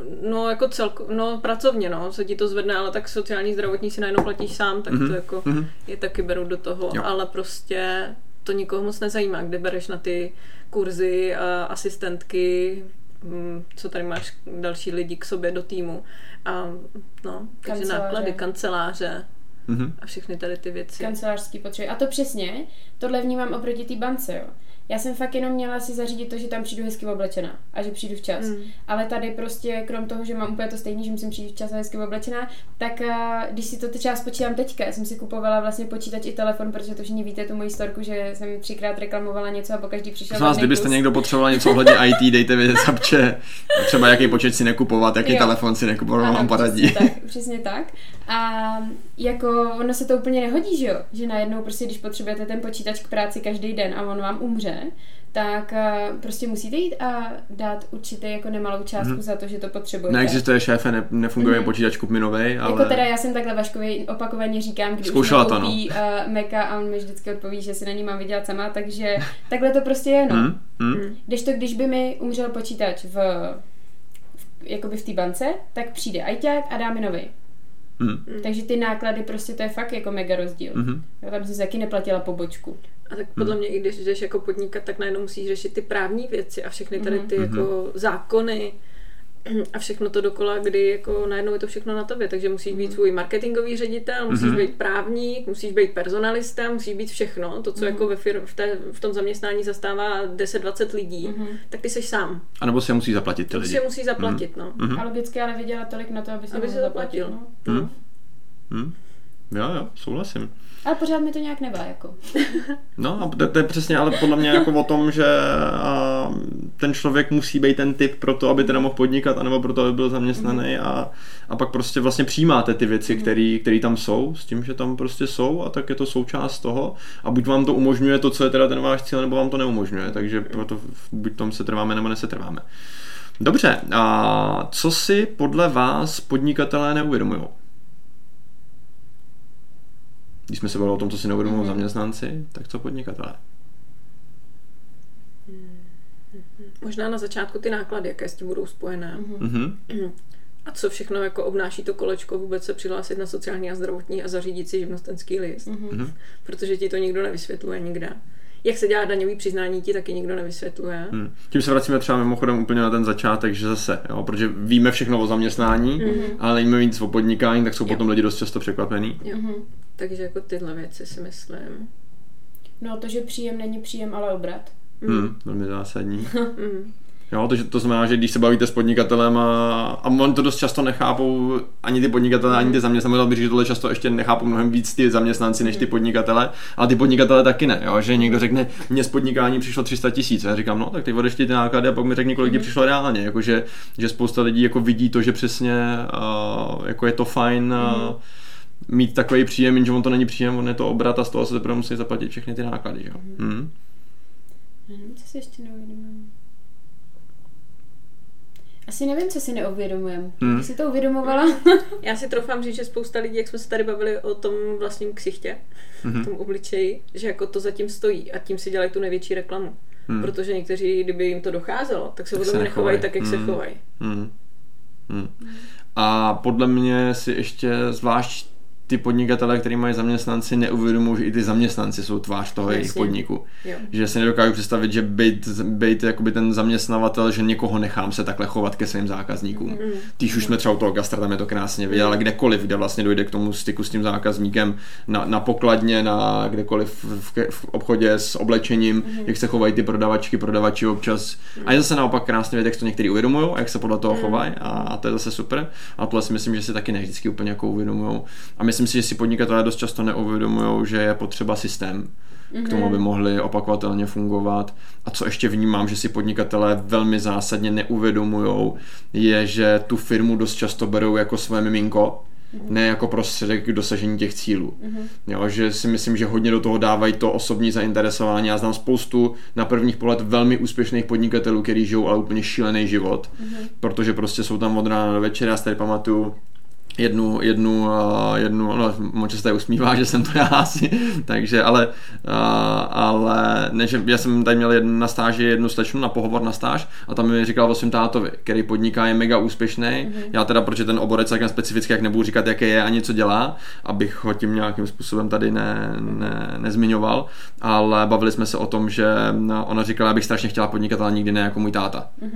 [SPEAKER 2] No jako pracovně, se ti to zvedne, ale tak sociální, zdravotní si najednou platíš sám, tak to jako je taky beru do toho, ale prostě to nikoho moc nezajímá, kde bereš na ty kurzy, asistentky, co tady máš další lidi k sobě do týmu. A no, takže náklady, kanceláře a všechny tady ty věci.
[SPEAKER 3] Kancelářský potřeby. A to přesně, tohle vnímám oproti té bance, jo. Já jsem fakt jenom měla si zařídit to, že tam přijdu hezky oblečená a že přijdu včas. Ale tady prostě, krom toho, že mám úplně to stejný, že musím přijít včas a hezky oblečená, tak když si to třeba spočítám teďka, já jsem si kupovala vlastně počítač i telefon, protože to všichni víte tu moji storku, že jsem 3krát reklamovala něco a pokaždý přišel.
[SPEAKER 1] Kdybyste někdo potřeboval něco ohledně IT, dejte vědět zapče, třeba jaký počítač si nekupovat, jaký telefon si nekupovat, vám poradí.
[SPEAKER 3] Přesně tak. A jako ono se to úplně nehodí, že jo? Že najednou prostě, když potřebujete ten počítač k práci každý den a on vám umře, tak prostě musíte jít a dát určitě jako nemalou částku za to, že to potřebujete.
[SPEAKER 1] Neexistuje šéfe, nefunguje počítač, kup mi novej, ale...
[SPEAKER 3] Jako teda já jsem takhle Vaškovi opakovaně říkám, když už nekoupí Maca a on mi vždycky odpoví, že si na ní mám vydělat sama, takže takhle to prostě je, no. Když by mi umřel počítač jakoby v té bance, tak přijde ajťák a dá mi novej. Takže ty náklady prostě to je fakt jako mega rozdíl. Já tam jsem se taky neplatila pobočku.
[SPEAKER 2] A tak podle mě, i když jdeš jako podnikat, tak najednou musíš řešit ty právní věci a všechny tady ty jako zákony a všechno to dokola, kdy jako najednou je to všechno na tobě, takže musíš být svůj marketingový ředitel, musíš být právník, musíš být personalista, musíš být všechno, to, co jako v tom zaměstnání zastává 10-20 lidí, tak ty seš sám.
[SPEAKER 1] A nebo si je musí zaplatit ty lidi.
[SPEAKER 2] Si je musí zaplatit, no.
[SPEAKER 3] A logicky ale vydělat tolik na to, aby se
[SPEAKER 2] zaplatil.
[SPEAKER 3] No.
[SPEAKER 1] Jo, souhlasím.
[SPEAKER 3] Ale pořád mi to nějak nevá, jako.
[SPEAKER 1] No a to je přesně, ale podle mě jako o tom, že ten člověk musí být ten typ pro to, aby teda mohl podnikat, anebo pro to, aby byl zaměstnaný a pak prostě vlastně přijímáte ty věci, které tam jsou, s tím, že tam prostě jsou a tak je to součást toho a buď vám to umožňuje to, co je teda ten váš cíl, nebo vám to neumožňuje, takže proto buď tom se trváme, nebo nesetrváme. Dobře, a co si podle vás podnikatelé neuvědomují? Když jsme se bavili o tom, co si neuvědomují zaměstnanci, tak co podnikatelé?
[SPEAKER 2] Možná na začátku ty náklady, jaké s tím budou spojené. A co všechno jako obnáší to kolečko, vůbec se přihlásit na sociální a zdravotní a zařídit si živnostenský list. Protože ti to nikdo nevysvětluje nikde. Jak se dělá daňový přiznání, ti taky nikdo nevysvětluje.
[SPEAKER 1] Tím se vracíme třeba mimochodem úplně na ten začátek, že zase, jo, protože víme všechno o zaměstnání, ale nevíme víc o podnikání, tak jsou potom lidi dost často překvapení.
[SPEAKER 2] Takže jako tyhle věci si myslím.
[SPEAKER 3] No to, že příjem není příjem, ale obrat.
[SPEAKER 1] Velmi zásadní. Jo, to znamená, že když se bavíte s podnikatelem a on to dost často nechápou ani ty podnikatelé, ani ty zaměstnanci, že tohle často ještě nechápou mnohem víc ty zaměstnanci než ty podnikatelé, ale ty podnikatelé taky ne, jo, že někdo řekne, mně z podnikání přišlo 300 000, já říkám, no tak ty odešti ty náklady a pak mi řekni, kolik ti přišlo reálně, jakože, že spousta lidí jako vidí to, že přesně jako je to fajn mít takový příjem, jenže on to není příjem, on je to obrat a z toho se teprve musí zaplatit všechny ty náklady, jo.
[SPEAKER 3] Co si ještě neuvědomujeme? Asi nevím, co si neuvědomujeme. Ty jsi to uvědomovala?
[SPEAKER 2] Já si troufám říct, že spousta lidí, jak jsme se tady bavili o tom vlastním ksichtě, tom obličeji, že jako to zatím stojí a tím si dělají tu největší reklamu. Protože někteří, kdyby jim to docházelo, tak se potom nechovají tak, jak se chovají.
[SPEAKER 1] A podle mě si ještě zvlášť ty podnikatelé, kteří mají zaměstnanci, neuvědomují, že i ty zaměstnanci jsou tvář toho jejich podniku. Jo. Že si nedokážu představit, že být jakoby ten zaměstnavatel, že někoho nechám se takhle chovat ke svým zákazníkům. Když už jsme třeba u toho gastra, tam je to krásně vidět, ale kdekoliv, kde vlastně dojde k tomu styku s tím zákazníkem, na pokladně, na kdekoliv v obchodě s oblečením, jak se chovají ty prodavači občas. A je zase naopak krásně vidět, jak to někteří uvědomují a jak se podle toho chovají a to je zase super. A tohle si myslím, že si taky ne vždycky úplně jako uvědomují. A myslím si, že si podnikatelé dost často neuvědomují, že je potřeba systém k tomu, aby mohli opakovatelně fungovat. A co ještě vnímám, že si podnikatelé velmi zásadně neuvědomují, je, že tu firmu dost často berou jako své miminko, ne jako prostředek k dosažení těch cílů. Jo, že si myslím, že hodně do toho dávají to osobní zainteresování. Já znám spoustu na prvních pohled velmi úspěšných podnikatelů, kteří žijou ale úplně šílený život, protože prostě jsou tam od rána do večera. Já si tady pamatuju jednu, no, moc se tady usmívá, že jsem to já asi, takže, ale ne, že já jsem tady měl na stáži jednu slečnu na pohovor na stáž a tam mi říkal o svým tátovi, který podniká, je mega úspěšný, já teda, protože ten obor je celkem specifický, jak nebudu říkat, jaké je ani co dělá, abych ho tím nějakým způsobem tady nezmiňoval, ale bavili jsme se o tom, že ona říkala, abych strašně chtěla podnikat, ale nikdy ne jako můj táta.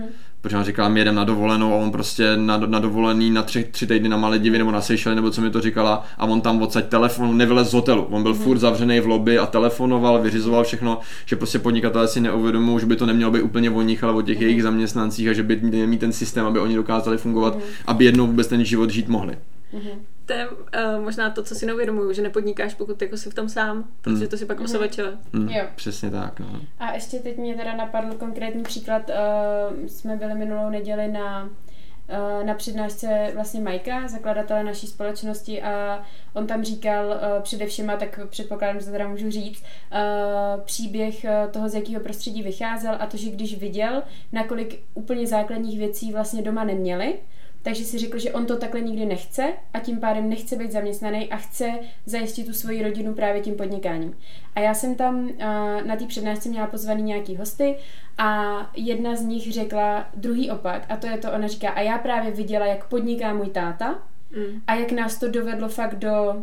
[SPEAKER 1] Protože on říkala, my jedeme na dovolenou a on prostě na dovolený na 3 týdny na Maledivy nebo na Seychely, nebo co mi to říkala, a on tam odsaď telefon, nevylez z hotelu. On byl furt zavřený v lobby a telefonoval, vyřizoval všechno, že prostě podnikatelé si neuvědomují, že by to nemělo být úplně o nich, ale o těch jejich zaměstnancích a že by měli mít ten systém, aby oni dokázali fungovat, aby jednou vůbec ten život žít mohli.
[SPEAKER 2] To je možná to, co si neuvědomuju, že nepodnikáš, pokud jako jsi v tom sám, protože to si pak osobačuje.
[SPEAKER 3] Jo.
[SPEAKER 1] Přesně tak. No.
[SPEAKER 3] A ještě teď mě teda napadl konkrétní příklad. Jsme byli minulou neděli na přednášce vlastně Majka, zakladatele naší společnosti, a on tam říkal především, a tak předpokládám, že to teda můžu říct, příběh toho, z jakého prostředí vycházel, a to, že když viděl, nakolik úplně základních věcí vlastně doma neměli, takže si řekl, že on to takhle nikdy nechce a tím pádem nechce být zaměstnaný a chce zajistit tu svoji rodinu právě tím podnikáním. A já jsem tam na té přednášce měla pozvaný nějaký hosty a jedna z nich řekla druhý opak, a to je to, ona říká, a já právě viděla, jak podniká můj táta a jak nás to dovedlo fakt do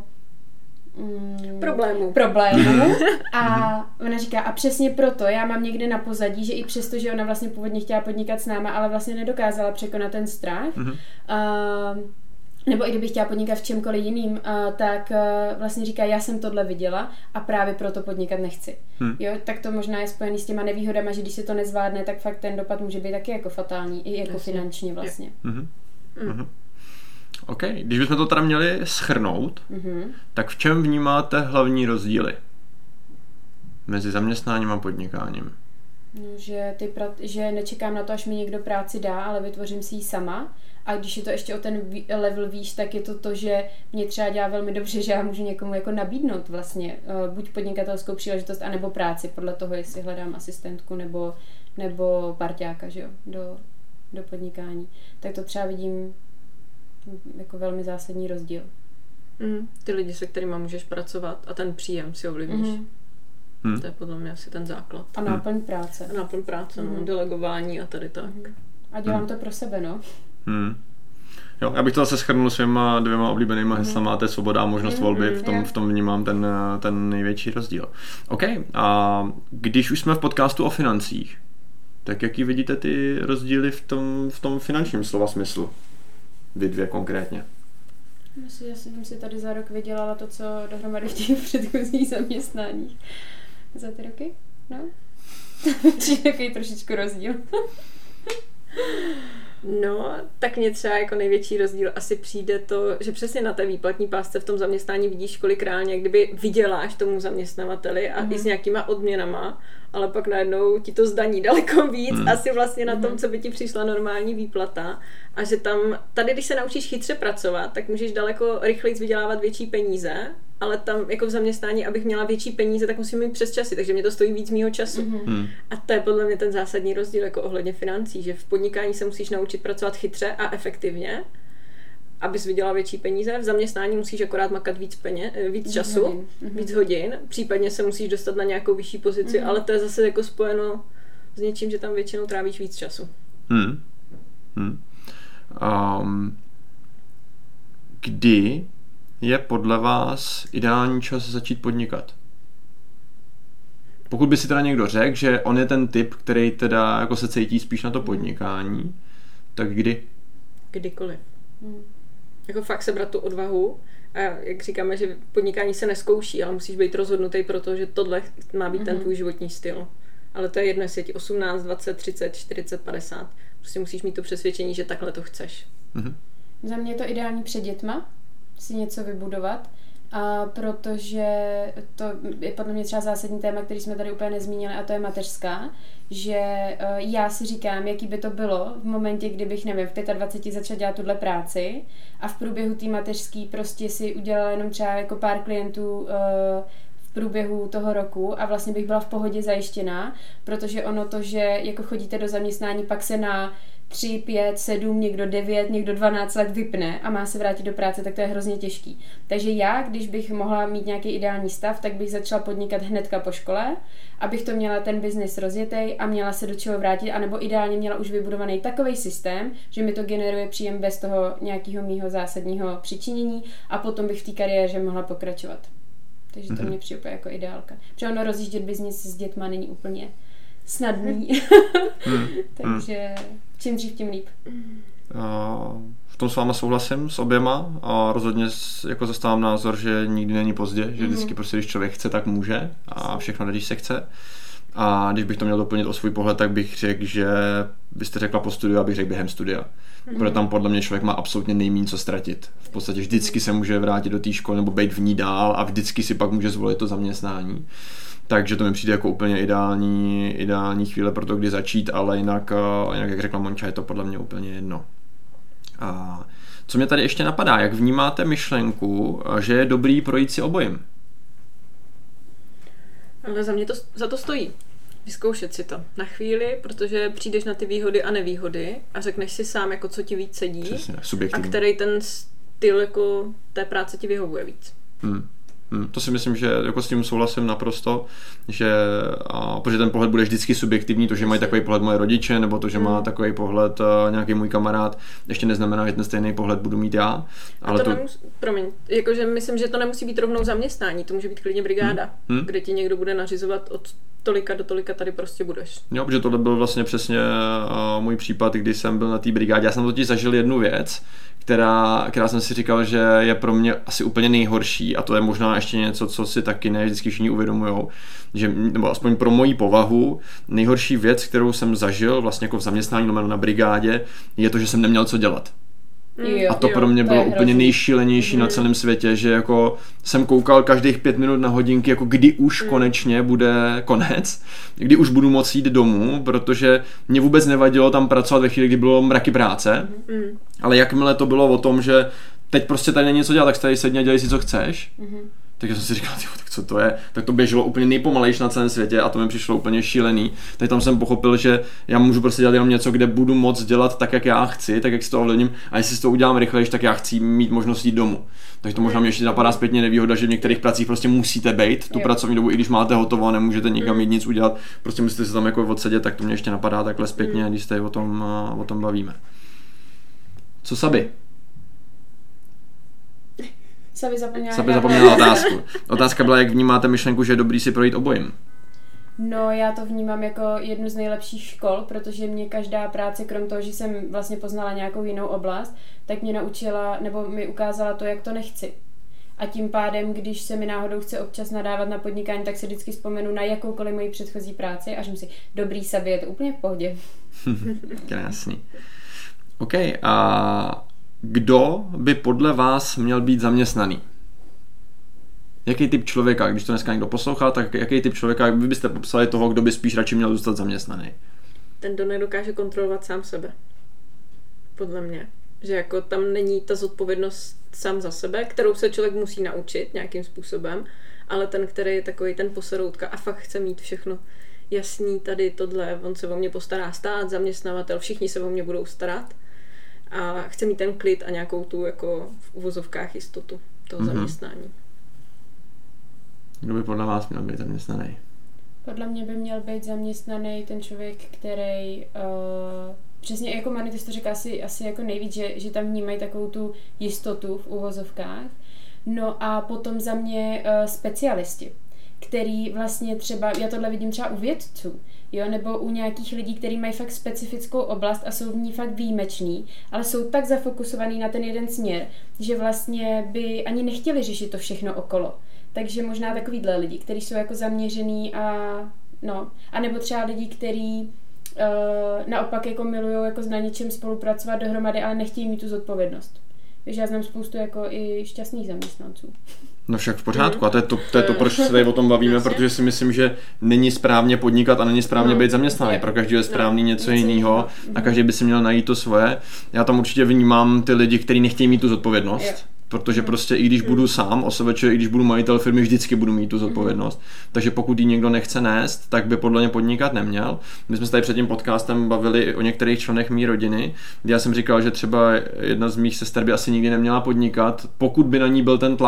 [SPEAKER 3] problémů. A ona říká, a přesně proto já mám někde na pozadí, že i přesto, že ona vlastně původně chtěla podnikat s náma, ale vlastně nedokázala překonat ten strach, nebo i kdyby chtěla podnikat v čemkoliv jiným, tak vlastně říká, já jsem tohle viděla a právě proto podnikat nechci. Jo, tak to možná je spojený s těma nevýhodama, že když se to nezvládne, tak fakt ten dopad může být taky jako fatální, i jako finančně vlastně.
[SPEAKER 1] OK, když bychom to teda měli shrnout, tak v čem vnímáte hlavní rozdíly mezi zaměstnáním a podnikáním?
[SPEAKER 3] No, že nečekám na to, až mi někdo práci dá, ale vytvořím si ji sama. A když je to ještě o ten level výš, tak je to, že mě třeba dělá velmi dobře, že já můžu někomu jako nabídnout vlastně buď podnikatelskou příležitost, anebo práci, podle toho, jestli hledám asistentku nebo parťáka, že jo, do podnikání. Tak to třeba vidím jako velmi zásadní rozdíl.
[SPEAKER 2] Ty lidi, se kterými můžeš pracovat, a ten příjem si ovlivníš. To je podle mě asi ten základ.
[SPEAKER 3] A náplň práce.
[SPEAKER 2] No, delegování a tady tak.
[SPEAKER 3] A dělám to pro sebe, no.
[SPEAKER 1] Jo, já bych to zase shrnul svýma 2 oblíbenýma heslama, to je svoboda a možnost volby, v tom vnímám ten největší rozdíl. OK, a když už jsme v podcastu o financích, tak jaký vidíte ty rozdíly v tom finančním slova smyslu? Vy 2 konkrétně.
[SPEAKER 3] Myslím, že jsem si tady za rok vydělala to, co dohromady v těch předchozích zaměstnáních. Za ty roky? No. Přijde takový trošičku rozdíl.
[SPEAKER 2] No, tak mně třeba jako největší rozdíl asi přijde to, že přesně na té výplatní pásce v tom zaměstnání vidíš, kolik reálně kdyby vyděláš tomu zaměstnavateli a i s nějakýma odměnama, ale pak najednou ti to zdaní daleko víc asi vlastně na tom, co by ti přišla normální výplata, a že tady, když se naučíš chytře pracovat, tak můžeš daleko rychleji vydělávat větší peníze, ale tam jako v zaměstnání, abych měla větší peníze, tak musím mít přes časy, takže mě to stojí víc mýho času. A to je podle mě ten zásadní rozdíl jako ohledně financí, že v podnikání se musíš naučit pracovat chytře a efektivně, abys vydělala větší peníze. V zaměstnání musíš akorát makat víc času, víc hodin, případně se musíš dostat na nějakou vyšší pozici, ale to je zase jako spojeno s něčím, že tam většinou trávíš víc času.
[SPEAKER 1] Kdy je podle vás ideální čas začít podnikat? Pokud by si teda někdo řekl, že on je ten typ, který teda jako se cítí spíš na to podnikání, tak kdy?
[SPEAKER 2] Kdykoliv. Jako fakt sebrat tu odvahu, a jak říkáme, že podnikání se neskouší, ale musíš být rozhodnutý, protože tohle má být ten tvůj životní styl. Ale to je jedno, jestli je ti 18, 20, 30, 40, 50. Prostě musíš mít to přesvědčení, že takhle to chceš.
[SPEAKER 3] Za mě je to ideální před dětma si něco vybudovat, protože to je podle mě třeba zásadní téma, který jsme tady úplně nezmínili, a to je mateřská, že já si říkám, jaký by to bylo v momentě, kdybych, nevím, v 25 začala dělat tuhle práci a v průběhu té mateřský prostě si udělala jenom třeba jako pár klientů v průběhu toho roku a vlastně bych byla v pohodě zajištěná, protože ono to, že jako chodíte do zaměstnání, pak se na 3, 5, 7, někdo 9, někdo 12 let vypne a má se vrátit do práce, tak to je hrozně těžký. Takže já, když bych mohla mít nějaký ideální stav, tak bych začala podnikat hnedka po škole, abych to měla ten biznis rozjetej a měla se do čeho vrátit, anebo ideálně měla už vybudovaný takový systém, že mi to generuje příjem bez toho nějakého mýho zásadního přičinění a potom bych v té kariéře mohla pokračovat. Takže to mě přijde jako ideálka. Protože ono rozjíždět biznis s dětma není úplně snadný. Takže... Čím dřív, tím líp.
[SPEAKER 1] V tom s váma souhlasím s oběma a rozhodně jako zastávám názor, že nikdy není pozdě, že vždycky prostě, když člověk chce, tak může a všechno, když se chce. A když bych to měl doplnit o svůj pohled, tak bych řekl, že byste řekla po studiu, abych řekl během studia. Protože tam podle mě člověk má absolutně nejméně co ztratit. V podstatě vždycky se může vrátit do té školy nebo být v ní dál a vždycky si pak může zvolit to zaměstnání. Takže to mi přijde jako úplně ideální chvíle pro to, kdy začít, ale jinak jak řekla Monča, je to podle mě úplně jedno. A co mě tady ještě napadá, jak vnímáte myšlenku, že je dobrý projít si obojím?
[SPEAKER 2] Ale za mě to za to stojí. Vyzkoušet si to na chvíli, protože přijdeš na ty výhody a nevýhody a řekneš si sám, jako co ti víc sedí. Přesně,
[SPEAKER 1] subjektivní.
[SPEAKER 2] A který ten styl jako té práce ti vyhovuje víc.
[SPEAKER 1] To si myslím, že jako s tím souhlasím naprosto, že protože ten pohled bude vždycky subjektivní, to, že mají takový pohled moje rodiče, nebo to, že má takový pohled nějaký můj kamarád, ještě neznamená, že ten stejný pohled budu mít já. Ale
[SPEAKER 2] to promiň, jakože myslím, že to nemusí být rovnou zaměstnání, to může být klidně brigáda, kde ti někdo bude nařizovat od tolika do tolika tady prostě budeš.
[SPEAKER 1] Jo, protože tohle byl vlastně přesně můj případ, kdy jsem byl na té brigádě. Já jsem totiž zažil jednu věc, která jsem si říkal, že je pro mě asi úplně nejhorší a to je možná ještě něco, co si taky ne vždycky všichni uvědomujou, že, nebo aspoň pro moji povahu, nejhorší věc, kterou jsem zažil vlastně jako v zaměstnání na brigádě, je to, že jsem neměl co dělat. A to pro mě bylo úplně nejšílenější na celém světě, že jako jsem koukal každých 5 minut na hodinky, jako kdy už konečně bude konec, kdy už budu moct jít domů, protože mě vůbec nevadilo tam pracovat ve chvíli, kdy bylo mraky práce, ale jakmile to bylo o tom, že teď prostě tady není něco dělat, tak tady sedni a dělej si, co chceš, tak já jsem si říkal, tak co to je? Tak to běželo úplně nejpomalejš na celém světě a to mi přišlo úplně šílený. Teď tam jsem pochopil, že já můžu prostě dělat jenom něco, kde budu moc dělat tak, jak já chci, tak jak si to ovlivním a jestli si to udělám rychlejš, tak já chci mít možnost jít domů. Takže to možná mě ještě napadá zpětně nevýhoda, že v některých pracích prostě musíte být tu pracovní dobu, i když máte hotovo a nemůžete nikam jít nic udělat, prostě musíte se tam jako odsedět, tak to mě ještě napadá takhle zpětně, když se o tom bavíme. Co Sabi? Sabi zapomněla otázku. Otázka byla, jak vnímáte myšlenku, že je dobrý si projít obojím?
[SPEAKER 3] No, já to vnímám jako jednu z nejlepších škol, protože mě každá práce, krom toho, že jsem vlastně poznala nějakou jinou oblast, tak mě naučila, nebo mi ukázala to, jak to nechci. A tím pádem, když se mi náhodou chce občas nadávat na podnikání, tak si vždycky vzpomenu na jakoukoliv moji předchozí práci a říkám si, dobrý Sabi, je to úplně v pohodě.
[SPEAKER 1] Krásný. OK, a kdo by podle vás měl být zaměstnaný? Jaký typ člověka, když to dneska někdo poslouchá, tak jaký typ člověka vy byste popsali toho, kdo by spíš radši měl zůstat zaměstnaný?
[SPEAKER 2] Ten, kdo nedokáže kontrolovat sám sebe. Podle mě. Že jako tam není ta zodpovědnost sám za sebe, kterou se člověk musí naučit nějakým způsobem, ale ten, který je takový ten poseroutka a fakt chce mít všechno jasný, tady tohle, on se o mě postará stát, zaměstnavatel, všichni se o mě budou starat a chce mít ten klid a nějakou tu jako v uvozovkách jistotu toho zaměstnání.
[SPEAKER 1] Kdo by podle vás měl být zaměstnaný?
[SPEAKER 3] Podle mě by měl být zaměstnaný ten člověk, který přesně jako Manu, ty jsi to řekl asi jako nejvíc, že tam vnímají takovou tu jistotu v uvozovkách. No a potom za mě specialisti, který vlastně třeba, já tohle vidím třeba u vědců, jo, nebo u nějakých lidí, kteří mají fakt specifickou oblast a jsou v ní fakt výjimeční, ale jsou tak zafokusovaný na ten jeden směr, že vlastně by ani nechtěli řešit to všechno okolo. Takže možná takovýhle lidi, kteří jsou jako zaměřený a nebo třeba lidi, kteří naopak jako milujou jako na něčem spolupracovat dohromady, ale nechtějí mít tu zodpovědnost. Takže já znám spoustu jako i šťastných zaměstnanců.
[SPEAKER 1] No však v pořádku a to je to, proč se tady o tom bavíme, protože si myslím, že není správně podnikat a není správně být zaměstnaný. Pro každého je správný něco jiného a každý by si měl najít to svoje. Já tam určitě vnímám ty lidi, kteří nechtějí mít tu zodpovědnost. Protože prostě i když budu sám OSVČ, i když budu majitel firmy, vždycky budu mít tu zodpovědnost. Takže pokud ji někdo nechce nést, tak by podle mě podnikat neměl. My jsme se tady před tím podcastem bavili o některých členech mý rodiny, kdy já jsem říkal, že třeba jedna z mých sester by asi nikdy neměla podnikat, pokud by na ní byl ten tlak.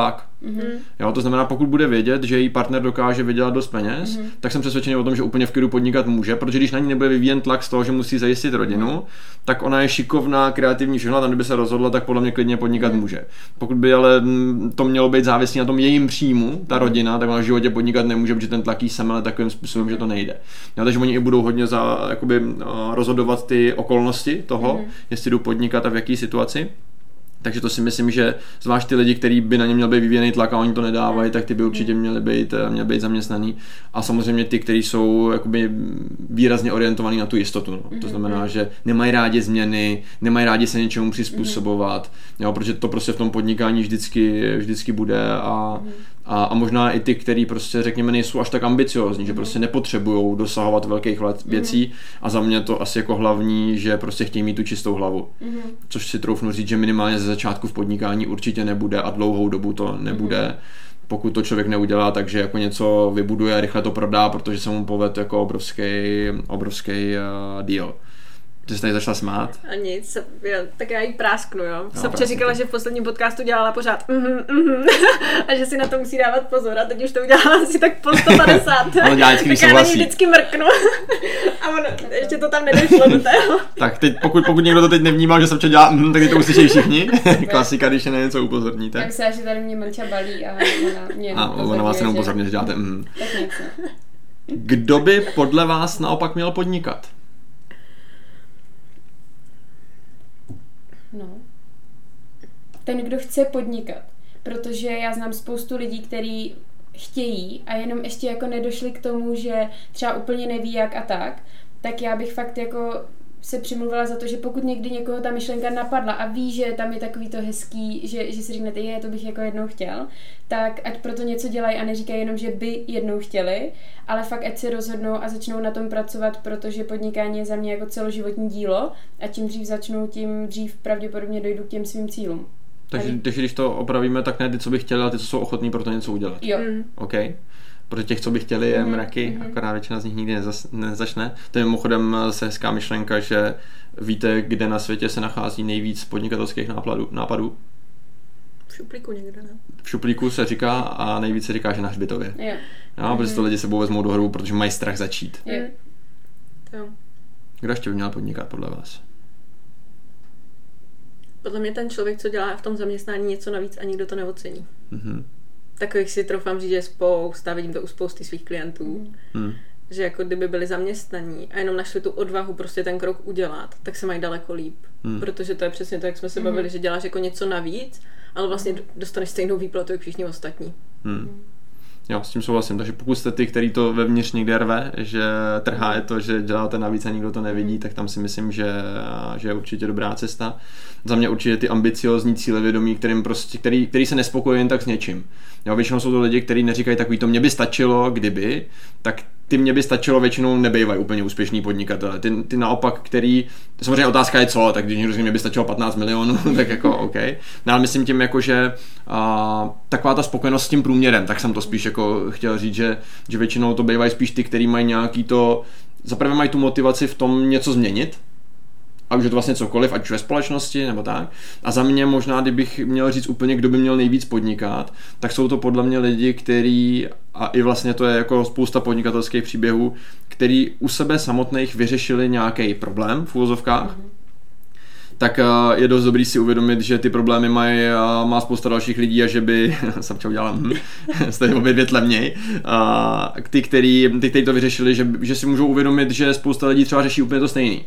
[SPEAKER 1] Jo, to znamená, pokud bude vědět, že její partner dokáže vydělat dost peněz, tak jsem přesvědčený o tom, že úplně v klidu podnikat může, protože když na ní nebude vyvíjen tlak z toho, že musí zajistit rodinu, tak ona je šikovná, kreativní, všechno, tam kdyby se rozhodla, tak podle mě klidně podnikat může. Pokud by ale to mělo být závislé na tom jejím příjmu, ta rodina, tak ona v životě podnikat nemůže, protože ten tlak jí semele takovým způsobem, že to nejde. Jo, takže oni i budou hodně rozhodovat ty okolnosti toho, jestli jdou podnikat a v jaký situaci. Takže to si myslím, že zvlášť ty lidi, kteří by na ně měl být vyvíjený tlak a oni to nedávají, tak ty by určitě měli být zaměstnaný. A samozřejmě ty, kteří jsou jakoby výrazně orientovaní na tu jistotu. No. To znamená, že nemají rádi změny, nemají rádi se něčemu přizpůsobovat, jo, protože to prostě v tom podnikání vždycky bude a možná i ty, kteří prostě řekněme nejsou až tak ambiciózní, že prostě nepotřebujou dosahovat velkých věcí a za mě to asi jako hlavní, že prostě chtějí mít tu čistou hlavu. Což si troufnu říct, že minimálně ze začátku v podnikání určitě nebude a dlouhou dobu to nebude. Pokud to člověk neudělá, takže jako něco vybuduje a rychle to prodá, protože se mu povede jako obrovský deal. Ty jsi tady začala smát?
[SPEAKER 2] A nic, tak já jí prásknu, jo. Sapče říkala, že v posledním podcastu dělala pořád a že si na to musí dávat pozor a teď už to udělala asi tak po 150. Tak já na ní vždycky mrknu a ono, ještě to tam nedošlo do tého.
[SPEAKER 1] Tak teď, pokud někdo to teď nevnímal, že Sapče dělá tak to uslyšejí všichni. Klasika, když je na něco upozorníte.
[SPEAKER 3] Tak se, že tady mě Mrča balí a
[SPEAKER 1] ona vás jenom upozorně, že děláte
[SPEAKER 3] Tak něco.
[SPEAKER 1] Kdo by podle vás naopak měl podnikat?
[SPEAKER 3] No. Ten, kdo chce podnikat, protože já znám spoustu lidí, kteří chtějí a jenom ještě jako nedošli k tomu, že třeba úplně neví jak a tak já bych fakt jako se přimluvila za to, že pokud někdy někoho ta myšlenka napadla a ví, že tam je takový to hezký, že si řeknete, to bych jako jednou chtěl, tak ať proto něco dělají a neříkají jenom, že by jednou chtěli, ale fakt ať se rozhodnou a začnou na tom pracovat, protože podnikání je za mě jako celoživotní dílo a čím dřív začnou, tím dřív pravděpodobně dojdu k těm svým cílům.
[SPEAKER 1] Takže když to opravíme, tak ne ty, co by chtěli, ale ty, co jsou ochotní pro to něco udělat.
[SPEAKER 3] Jo.
[SPEAKER 1] OK. Protože těch, co by chtěli, je mraky, akorát většina z nich nikdy nezačne. To je mimochodem se hezká myšlenka, že víte, kde na světě se nachází nejvíc podnikatelských nápadů?
[SPEAKER 2] V šuplíku někde, ne?
[SPEAKER 1] V šuplíku se říká a nejvíc se říká, že na hřbitově.
[SPEAKER 3] Jo.
[SPEAKER 1] No, protože to lidi sebou vezmou do hrobu, protože mají strach začít.
[SPEAKER 2] Jo.
[SPEAKER 1] Kdo ještě by měl podnikat podle vás?
[SPEAKER 2] Podle mě ten člověk, co dělá v tom zaměstnání něco navíc a nikdo to neocení. Takových si troufám říct, že je spousta, vidím to u spousty svých klientů, že jako kdyby byli zaměstnaní a jenom našli tu odvahu prostě ten krok udělat, tak se mají daleko líp. Protože to je přesně to, jak jsme se bavili, že děláš jako něco navíc, ale vlastně dostaneš stejnou výplatu, jak všichni ostatní.
[SPEAKER 1] Jo, s tím souhlasím. Takže pokud jste ty, který to vevnitř někde rve, že trhá je to, že děláte navíc a nikdo to nevidí, tak tam si myslím, že je určitě dobrá cesta. Za mě určitě ty ambiciozní cílevědomí, který se nespokojí jen tak s něčím. Jo, většinou jsou to lidi, kteří neříkají takový to, mě by stačilo, kdyby, tak ty mě by stačilo většinou nebejvají úplně úspěšní podnikatelé. Ty naopak, který, samozřejmě otázka je co, tak když někdo říká, mě by stačilo 15 milionů, tak jako OK. No, ale myslím tím jako, že taková ta spokojenost s tím průměrem, tak jsem to spíš jako chtěl říct, že většinou to bývají spíš ty, který mají nějaký to, zaprvé mají tu motivaci v tom něco změnit, a už je to vlastně cokoliv, ať už ve společnosti nebo tak. A za mě možná, kdybych měl říct úplně, kdo by měl nejvíc podnikat, tak jsou to podle mě lidi, kteří, a i vlastně to je jako spousta podnikatelských příběhů, který u sebe samotných vyřešili nějaký problém v uvozovkách, tak je dost dobrý si uvědomit, že ty problémy má spousta dalších lidí a že by Sapča udělala jste obě dvě tlemněj. Ty, kteří to vyřešili, že si můžou uvědomit, že spousta lidí třeba řeší úplně to stejný.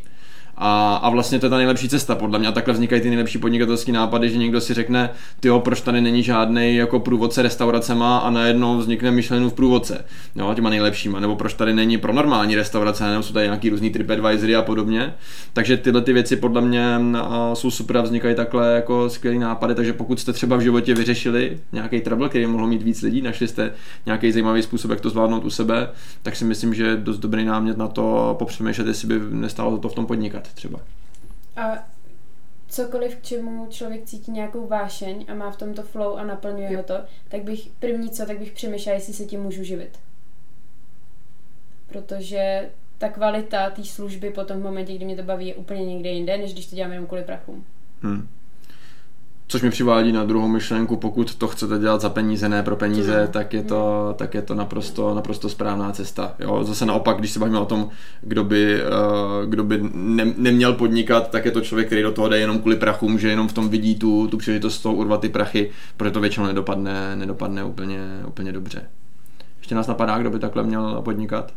[SPEAKER 1] A vlastně to je ta nejlepší cesta podle mě a takhle vznikají ty nejlepší podnikatelské nápady, že někdo si řekne, tyjo, proč tady není žádnej jako průvodce restauracema a najednou vznikne Michelinu v průvodce, jo, těma nejlepšíma, nebo proč tady není pro normální restaurace, nebo jsou tady nějaký různý TripAdvisory a podobně, takže tyhle ty věci podle mě jsou super a vznikají takhle jako skvělý nápady, takže pokud jste třeba v životě vyřešili nějaký trouble, který mohlo mít víc lidí, našli jste nějaký zajímavý způsob, jak to zvládnout u sebe, tak si myslím, že je dost dobrý námět na to popřemýšlet, jestli by nestálo to v tom podnikat třeba.
[SPEAKER 3] A cokoliv, k čemu člověk cítí nějakou vášeň a má v tomto flow a naplňuje ho to, tak bych přemýšlela, jestli se tím můžu živit. Protože ta kvalita té služby potom v momentě, kdy mě to baví, je úplně někde jinde, než když to dělám jenom kvůli prachům.
[SPEAKER 1] Což mi přivádí na druhou myšlenku, pokud to chcete dělat za peníze, ne pro peníze, tak je to naprosto správná cesta. Jo? Zase naopak, když se bavíme o tom, kdo by neměl podnikat, tak je to člověk, který do toho jde jenom kvůli prachům, že jenom v tom vidí tu příležitost z toho urvat ty prachy, protože to většinou nedopadne úplně dobře. Ještě nás napadá, kdo by takhle měl podnikat?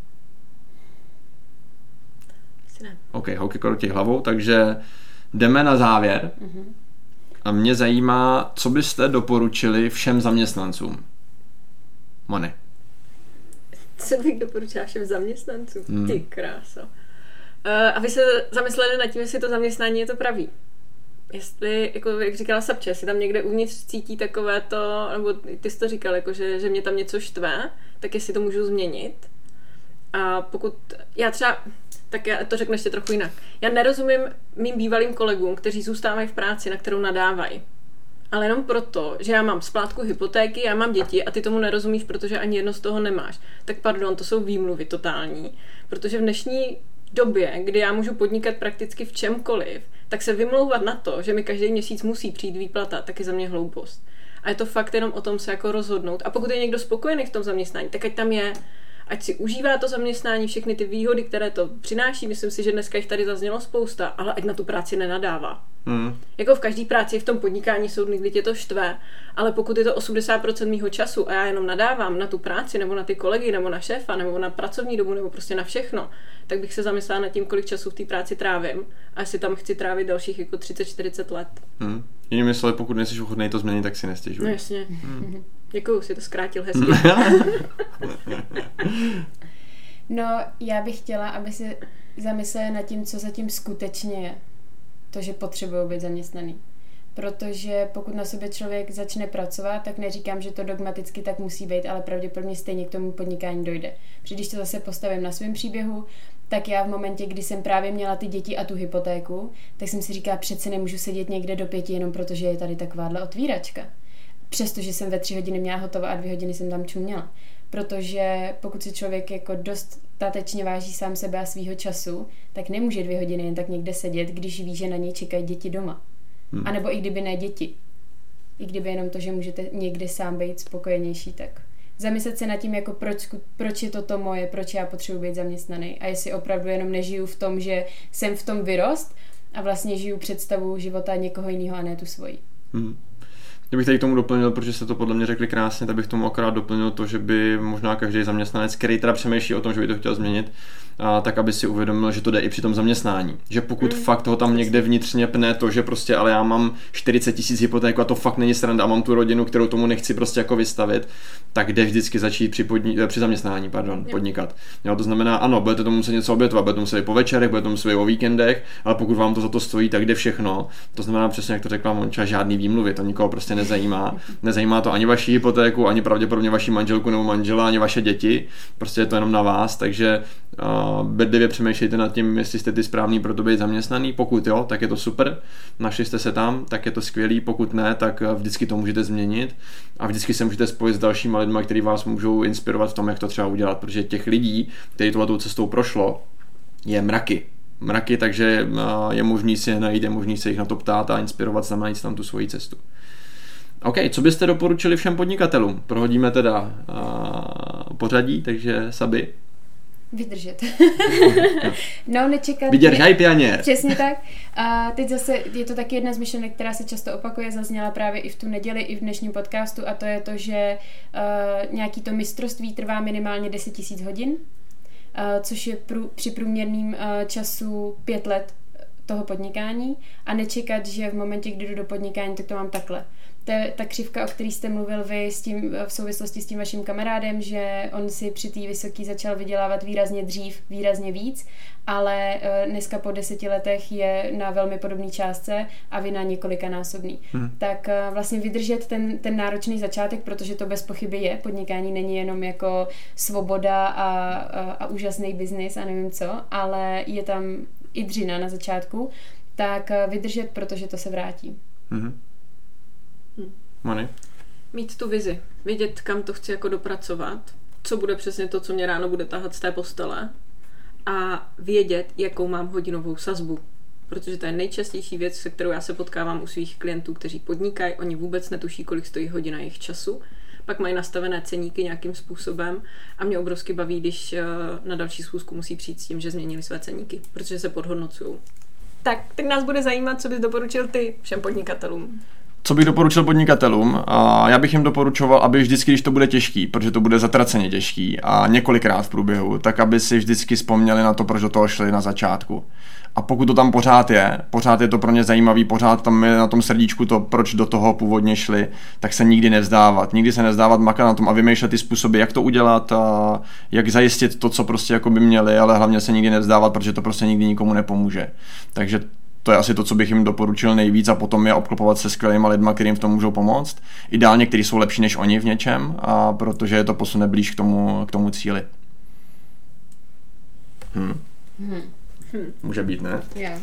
[SPEAKER 2] Ne.
[SPEAKER 1] OK, holky kroutí hlavou, takže jdeme na závěr. A mě zajímá, co byste doporučili všem zaměstnancům. Moni.
[SPEAKER 2] Co bych doporučila všem zaměstnancům? Ty kráso. Aby se zamysleli nad tím, jestli to zaměstnání je to pravý. Jestli, jako jak říkala Sabče, jestli tam někde uvnitř cítí takové to, nebo ty jsi to říkal, jako, že mě tam něco štve, tak jestli to můžu změnit. A pokud, tak já to řeknu ještě trochu jinak. Já nerozumím mým bývalým kolegům, kteří zůstávají v práci, na kterou nadávají. Ale jenom proto, že já mám splátku hypotéky, já mám děti a ty tomu nerozumíš, protože ani jedno z toho nemáš. Tak pardon, to jsou výmluvy totální. Protože v dnešní době, kdy já můžu podnikat prakticky v čemkoliv, tak se vymlouvat na to, že mi každý měsíc musí přijít výplata, tak je za mě hloupost. A je to fakt jenom o tom se jako rozhodnout. A pokud je někdo spokojený v tom zaměstnání, tak ať tam je, ať si užívá to zaměstnání, všechny ty výhody, které to přináší. Myslím si, že dneska jich tady zaznělo spousta, ale ať na tu práci nenadává. Jako v každé práci v tom podnikání jsou dny, kdy tě to štve, ale pokud je to 80% mýho času a já jenom nadávám na tu práci, nebo na ty kolegy, nebo na šéfa, nebo na pracovní dobu, nebo prostě na všechno, tak bych se zamyslela nad tím, kolik času v té práci trávím a jestli tam chci trávit dalších jako 30-40 let.
[SPEAKER 1] Jinými slovy, pokud nejsi ochotný to změnit, tak si nestěžuj.
[SPEAKER 2] No jasně. Děkuju, si to zkrátil hezky.
[SPEAKER 3] No, já bych chtěla, aby se zamysleli nad tím, co zatím skutečně je. To, že potřebují být zaměstnaný. Protože pokud na sobě člověk začne pracovat, tak neříkám, že to dogmaticky tak musí být, ale pravděpodobně stejně k tomu podnikání dojde. Protože když to zase postavím na svém příběhu, tak já v momentě, kdy jsem právě měla ty děti a tu hypotéku, tak jsem si říkala, přece nemůžu sedět někde do 5 jenom protože je tady takováhle otvíračka. Přestože jsem ve 3 hodiny měla hotovo a 2 hodiny jsem tam čuměla. Protože pokud si člověk jako dostatečně váží sám sebe a svýho času, tak nemůže 2 hodiny jen tak někde sedět, když ví, že na něj čekají děti doma. A nebo i kdyby ne děti. I kdyby jenom to, že můžete někde sám být spokojenější, tak zamyslet se nad tím, jako proč je to moje, proč já potřebuji být zaměstnaný a jestli opravdu jenom nežiju v tom, že jsem v tom vyrost a vlastně žiju představu života někoho jiného a ne tu svoji.
[SPEAKER 1] Kdybych tady k tomu doplnil, protože jste to podle mě řekli krásně, tak bych tomu akorát doplnil to, že by možná každý zaměstnanec, který teda přemýšlí o tom, že by to chtěl změnit, tak aby si uvědomil, že to jde i při tom zaměstnání. Že pokud fakt ho tam někde vnitřně pne to, že prostě ale já mám 40 000 hypotéku a to fakt není sranda a mám tu rodinu, kterou tomu nechci prostě jako vystavit, tak jde vždycky začít při zaměstnání, podnikat. Jo, to znamená, ano, budete tomu muset něco obětovat, budete muset po večerech, budete muset o víkendech, ale pokud vám to za to stojí, tak jde všechno. To znamená přesně, jak to řekla Monča, žádný výmluvy, to nikoho prostě nezajímá. Nezajímá to ani vaši hypotéku, ani pravděpodobně vaši manželku nebo manžela, ani vaše děti. Prostě je to jenom na vás, takže bedlivě přemýšlejte nad tím, jestli jste ty správný pro to být zaměstnaný. Pokud jo, tak je to super. Našli jste se tam, tak je to skvělý. Pokud ne, tak vždycky to můžete změnit a vždycky se můžete spojit s dalšími lidmi, kteří vás můžou inspirovat v tom, jak to třeba udělat, protože těch lidí, kteří touhletou cestou prošlo, je mraky, takže je možný si je najít, je možný se jich na to ptát a inspirovat, znamená jít tam tu svoji cestu. OK, co byste doporučili všem podnikatelům? Prohodíme teda pořadí, takže Sabi.
[SPEAKER 3] Vydržet. No, nečekat.
[SPEAKER 1] Vydržaj, pianěr.
[SPEAKER 3] Přesně tak. A teď zase je to taky jedna z myšlenek, která se často opakuje, zazněla právě i v tu neděli, i v dnešním podcastu, a to je to, že nějaký to mistrovství trvá minimálně 10 000 hodin, což je při průměrným času 5 let toho podnikání, a nečekat, že v momentě, kdy jdu do podnikání, tak to mám takhle. To je ta křivka, o který jste mluvil vy v souvislosti s tím vaším kamarádem, že on si při té vysoký začal vydělávat výrazně dřív, výrazně víc, ale dneska po 10 letech je na velmi podobné částce a vy na několikanásobný. Tak vlastně vydržet ten náročný začátek, protože to bez pochyby je. Podnikání není jenom jako svoboda a úžasný biznis a nevím co, ale je tam i dřina na začátku, tak vydržet, protože to se vrátí.
[SPEAKER 1] Moni?
[SPEAKER 2] Mít tu vizi, vědět, kam to chci jako dopracovat, co bude přesně to, co mě ráno bude tahat z té postele, a vědět, jakou mám hodinovou sazbu. protože to je nejčastější věc, se kterou já se potkávám u svých klientů, kteří podnikají, oni vůbec netuší, kolik stojí hodina jejich času, pak mají nastavené ceníky nějakým způsobem a mě obrovsky baví, když na další schůzku musí přijít s tím, že změnili své ceníky, protože se podhodnocujou. Tak nás bude zajímat, co bys doporučil ty všem podnikatelům.
[SPEAKER 1] Co bych doporučil podnikatelům? Já bych jim doporučoval, aby vždycky, když to bude těžký, protože to bude zatraceně těžký a několikrát v průběhu, tak aby si vždycky vzpomněli na to, proč do toho šli na začátku. A pokud to tam pořád je to pro ně zajímavý, pořád tam je na tom srdíčku to, proč do toho původně šli, tak se nikdy nevzdávat. Nikdy se nevzdávat, makat na tom a vymýšlet ty způsoby, jak to udělat a jak zajistit to, co prostě jako by měli, ale hlavně se nikdy nevzdávat, protože to prostě nikdy nikomu nepomůže. Takže to je asi to, co bych jim doporučil nejvíc a potom je obklopovat se skvělýma lidma, kterým v tom můžou pomoct. Ideálně, kteří jsou lepší než oni v něčem, a protože je to posune blíž k tomu cíli. Může být, ne?
[SPEAKER 3] Yeah.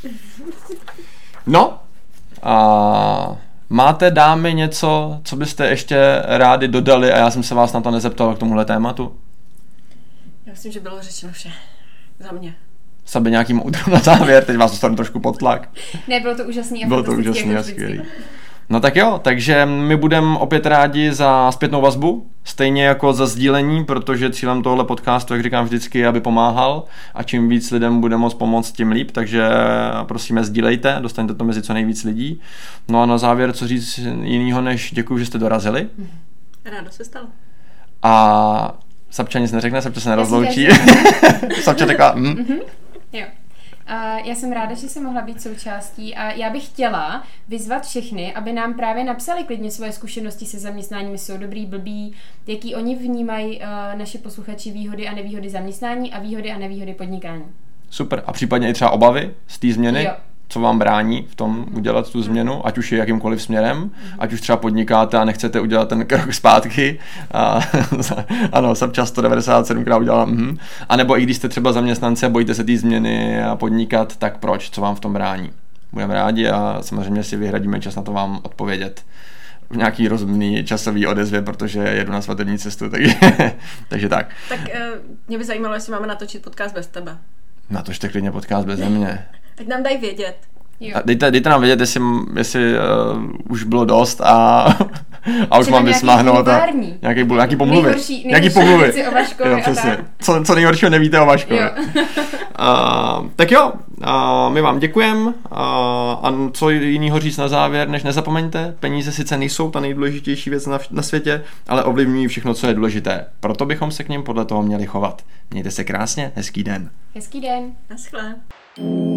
[SPEAKER 1] No, a máte, dámy, něco, co byste ještě rádi dodali a já jsem se vás na to nezeptal k tomuhle tématu?
[SPEAKER 2] Já myslím, že bylo řečeno vše. Za mě.
[SPEAKER 1] Sabi, nějaký moudro na závěr, teď vás dostanu trošku pod tlak.
[SPEAKER 3] Ne, bylo to úžasný a
[SPEAKER 1] bylo to úžasný a skvělý. No tak jo, takže my budeme opět rádi za zpětnou vazbu, stejně jako za sdílení, protože cílem tohle podcastu, jak říkám vždycky, je, aby pomáhal a čím víc lidem bude moct pomoct, tím líp, takže prosíme sdílejte, dostaňte to mezi co nejvíc lidí. No a na závěr, co říct jinýho, než děkuju, že jste dorazili.
[SPEAKER 2] Ráda se stalo.
[SPEAKER 1] A Sabča nic neřekne, Sabča se nerozloučí. Sabča řekla
[SPEAKER 3] Jo. Já jsem ráda, že jsem mohla být součástí a já bych chtěla vyzvat všechny, aby nám právě napsali klidně svoje zkušenosti se zaměstnáním, jestli jsou dobrý, blbý, jaký oni vnímají naši posluchači výhody a nevýhody zaměstnání a výhody a nevýhody podnikání.
[SPEAKER 1] Super. A případně i třeba obavy z té změny?
[SPEAKER 3] Jo.
[SPEAKER 1] Co vám brání v tom udělat tu změnu, ať už je jakýmkoliv směrem, ať už třeba podnikáte a nechcete udělat ten krok zpátky. Ano, Sabča 197krát udělala. A nebo i když jste třeba zaměstnanci a bojíte se té změny a podnikat, tak proč? Co vám v tom brání? Budeme rádi a samozřejmě si vyhradíme čas na to vám odpovědět v nějaký rozumný časový odezvě, protože jedu na svatební cestu, takže tak.
[SPEAKER 2] Tak mě by zajímalo, jestli máme natočit podcast bez tebe.
[SPEAKER 1] Natočte klidně podcast bez mě.
[SPEAKER 2] Ať nám dají vědět.
[SPEAKER 1] A dejte nám vědět, jestli už bylo dost a už mám vysmáhnout nějaký pomluvy. Nějaký pomluvy. Jo, přesně. Co nejhoršího nevíte o Vaškovi. Tak jo, my vám děkujeme a co jinýho říct na závěr, než nezapomeňte, peníze sice nejsou ta nejdůležitější věc na světě, ale ovlivňují všechno, co je důležité. Proto bychom se k nim podle toho měli chovat. Mějte se krásně, hezký den.
[SPEAKER 3] Hezký den.
[SPEAKER 2] Naschle.